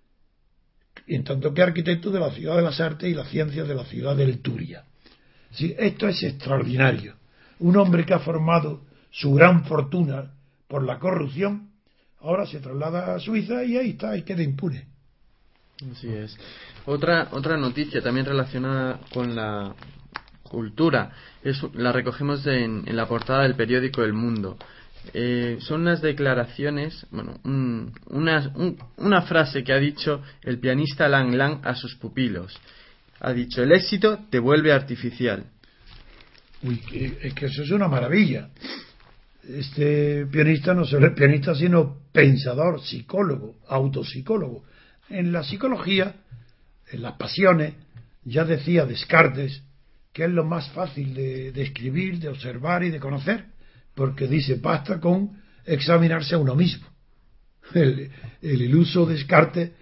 en tanto que arquitecto de la Ciudad de las Artes y las Ciencias de la ciudad del Turia. Sí, esto es extraordinario. Un hombre que ha formado su gran fortuna por la corrupción, ahora se traslada a Suiza y ahí está, y queda impune. Así es. Otra, otra noticia también relacionada con la cultura, es, la recogemos en, en la portada del periódico El Mundo. Eh, son unas declaraciones, bueno, un, una, un, una frase que ha dicho el pianista Lang Lang a sus pupilos. Ha dicho: el éxito te vuelve artificial. Uy, que, es que eso es una maravilla. Este pianista no solo es pianista, sino pensador, psicólogo, autopsicólogo. En la psicología, en las pasiones, ya decía Descartes que es lo más fácil de, de escribir, de observar y de conocer, porque dice, basta con examinarse a uno mismo. El, el iluso Descartes,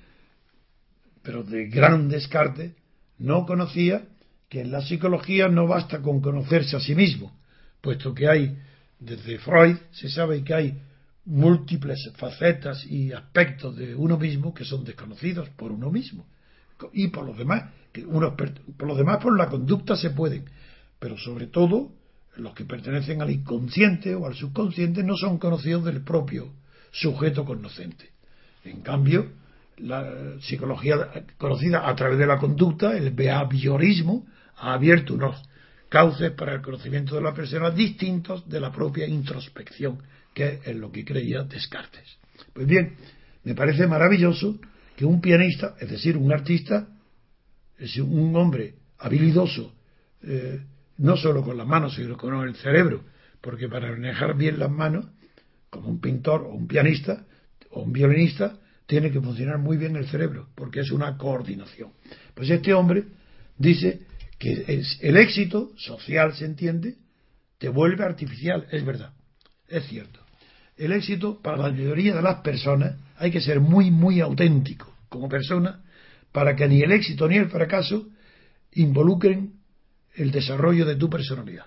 pero de gran Descartes, no conocía que en la psicología no basta con conocerse a sí mismo, puesto que hay, desde Freud se sabe que hay múltiples facetas y aspectos de uno mismo que son desconocidos por uno mismo y por los demás, que unos, por los demás por la conducta se pueden, pero sobre todo los que pertenecen al inconsciente o al subconsciente no son conocidos del propio sujeto conocente. En cambio, la psicología conocida a través de la conducta, el behaviorismo, ha abierto unos cauces para el conocimiento de la persona distintos de la propia introspección, que es lo que creía Descartes. Pues bien, me parece maravilloso que un pianista, es decir, un artista, es un hombre habilidoso, eh, no solo con las manos, sino con el cerebro, porque para manejar bien las manos, como un pintor o un pianista o un violinista, tiene que funcionar muy bien el cerebro, porque es una coordinación. Pues este hombre dice que es, el éxito social, se entiende, te vuelve artificial. Es verdad, es cierto. El éxito, para la mayoría de las personas, hay que ser muy, muy auténtico como persona, para que ni el éxito ni el fracaso involucren el desarrollo de tu personalidad,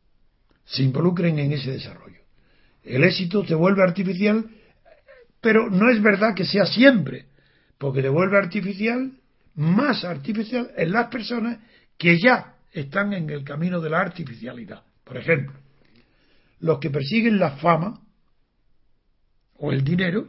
se involucren en ese desarrollo. El éxito te vuelve artificial, pero no es verdad que sea siempre, porque te vuelve artificial, más artificial en las personas que ya están en el camino de la artificialidad. Por ejemplo, los que persiguen la fama o el dinero,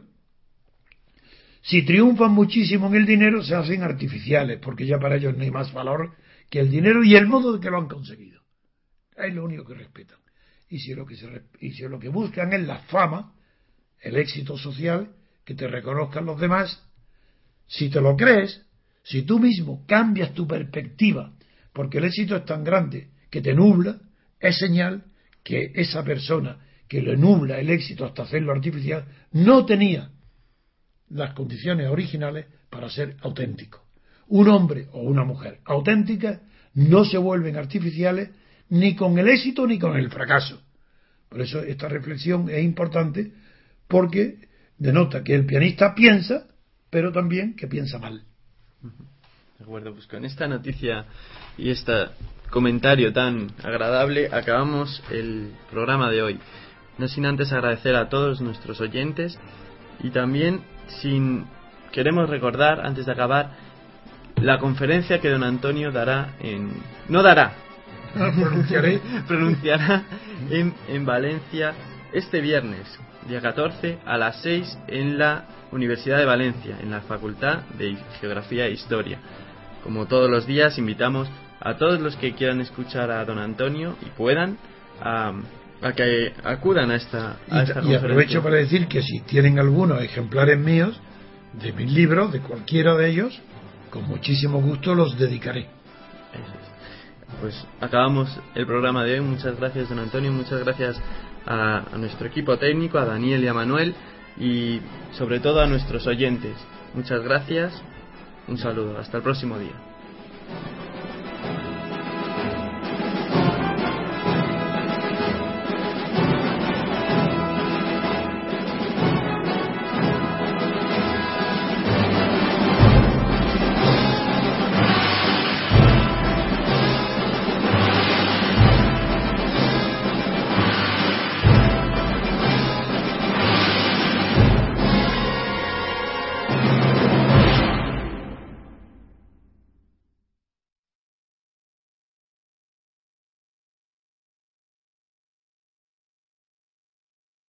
si triunfan muchísimo en el dinero, se hacen artificiales, porque ya para ellos no hay más valor que el dinero y el modo de que lo han conseguido. Es lo único que respetan. Y si lo que, se, y si lo que buscan es la fama, el éxito social, que te reconozcan los demás, si te lo crees, si tú mismo cambias tu perspectiva, porque el éxito es tan grande que te nubla, es señal que esa persona que le nubla el éxito hasta hacerlo artificial no tenía las condiciones originales para ser auténtico. Un hombre o una mujer auténtica no se vuelven artificiales ni con el éxito ni con el fracaso. Por eso esta reflexión es importante, porque denota que el pianista piensa, pero también que piensa mal. De acuerdo, pues con esta noticia y este comentario tan agradable acabamos el programa de hoy. No sin antes agradecer a todos nuestros oyentes, y también sin queremos recordar, antes de acabar, la conferencia que don Antonio dará en no dará pronunciaré pronunciará en, en Valencia este viernes, día catorce, a las seis, en la Universidad de Valencia, en la Facultad de Geografía e Historia. Como todos los días, invitamos a todos los que quieran escuchar a don Antonio y puedan a, a que acudan a esta, a esta y, y aprovecho para decir que si tienen algunos ejemplares míos de mis libros, de cualquiera de ellos, con muchísimo gusto los dedicaré. Eso es. Pues acabamos el programa de hoy. Muchas gracias, don Antonio, muchas gracias a, a nuestro equipo técnico, a Daniel y a Manuel, y sobre todo a nuestros oyentes. Muchas gracias, un saludo, hasta el próximo día.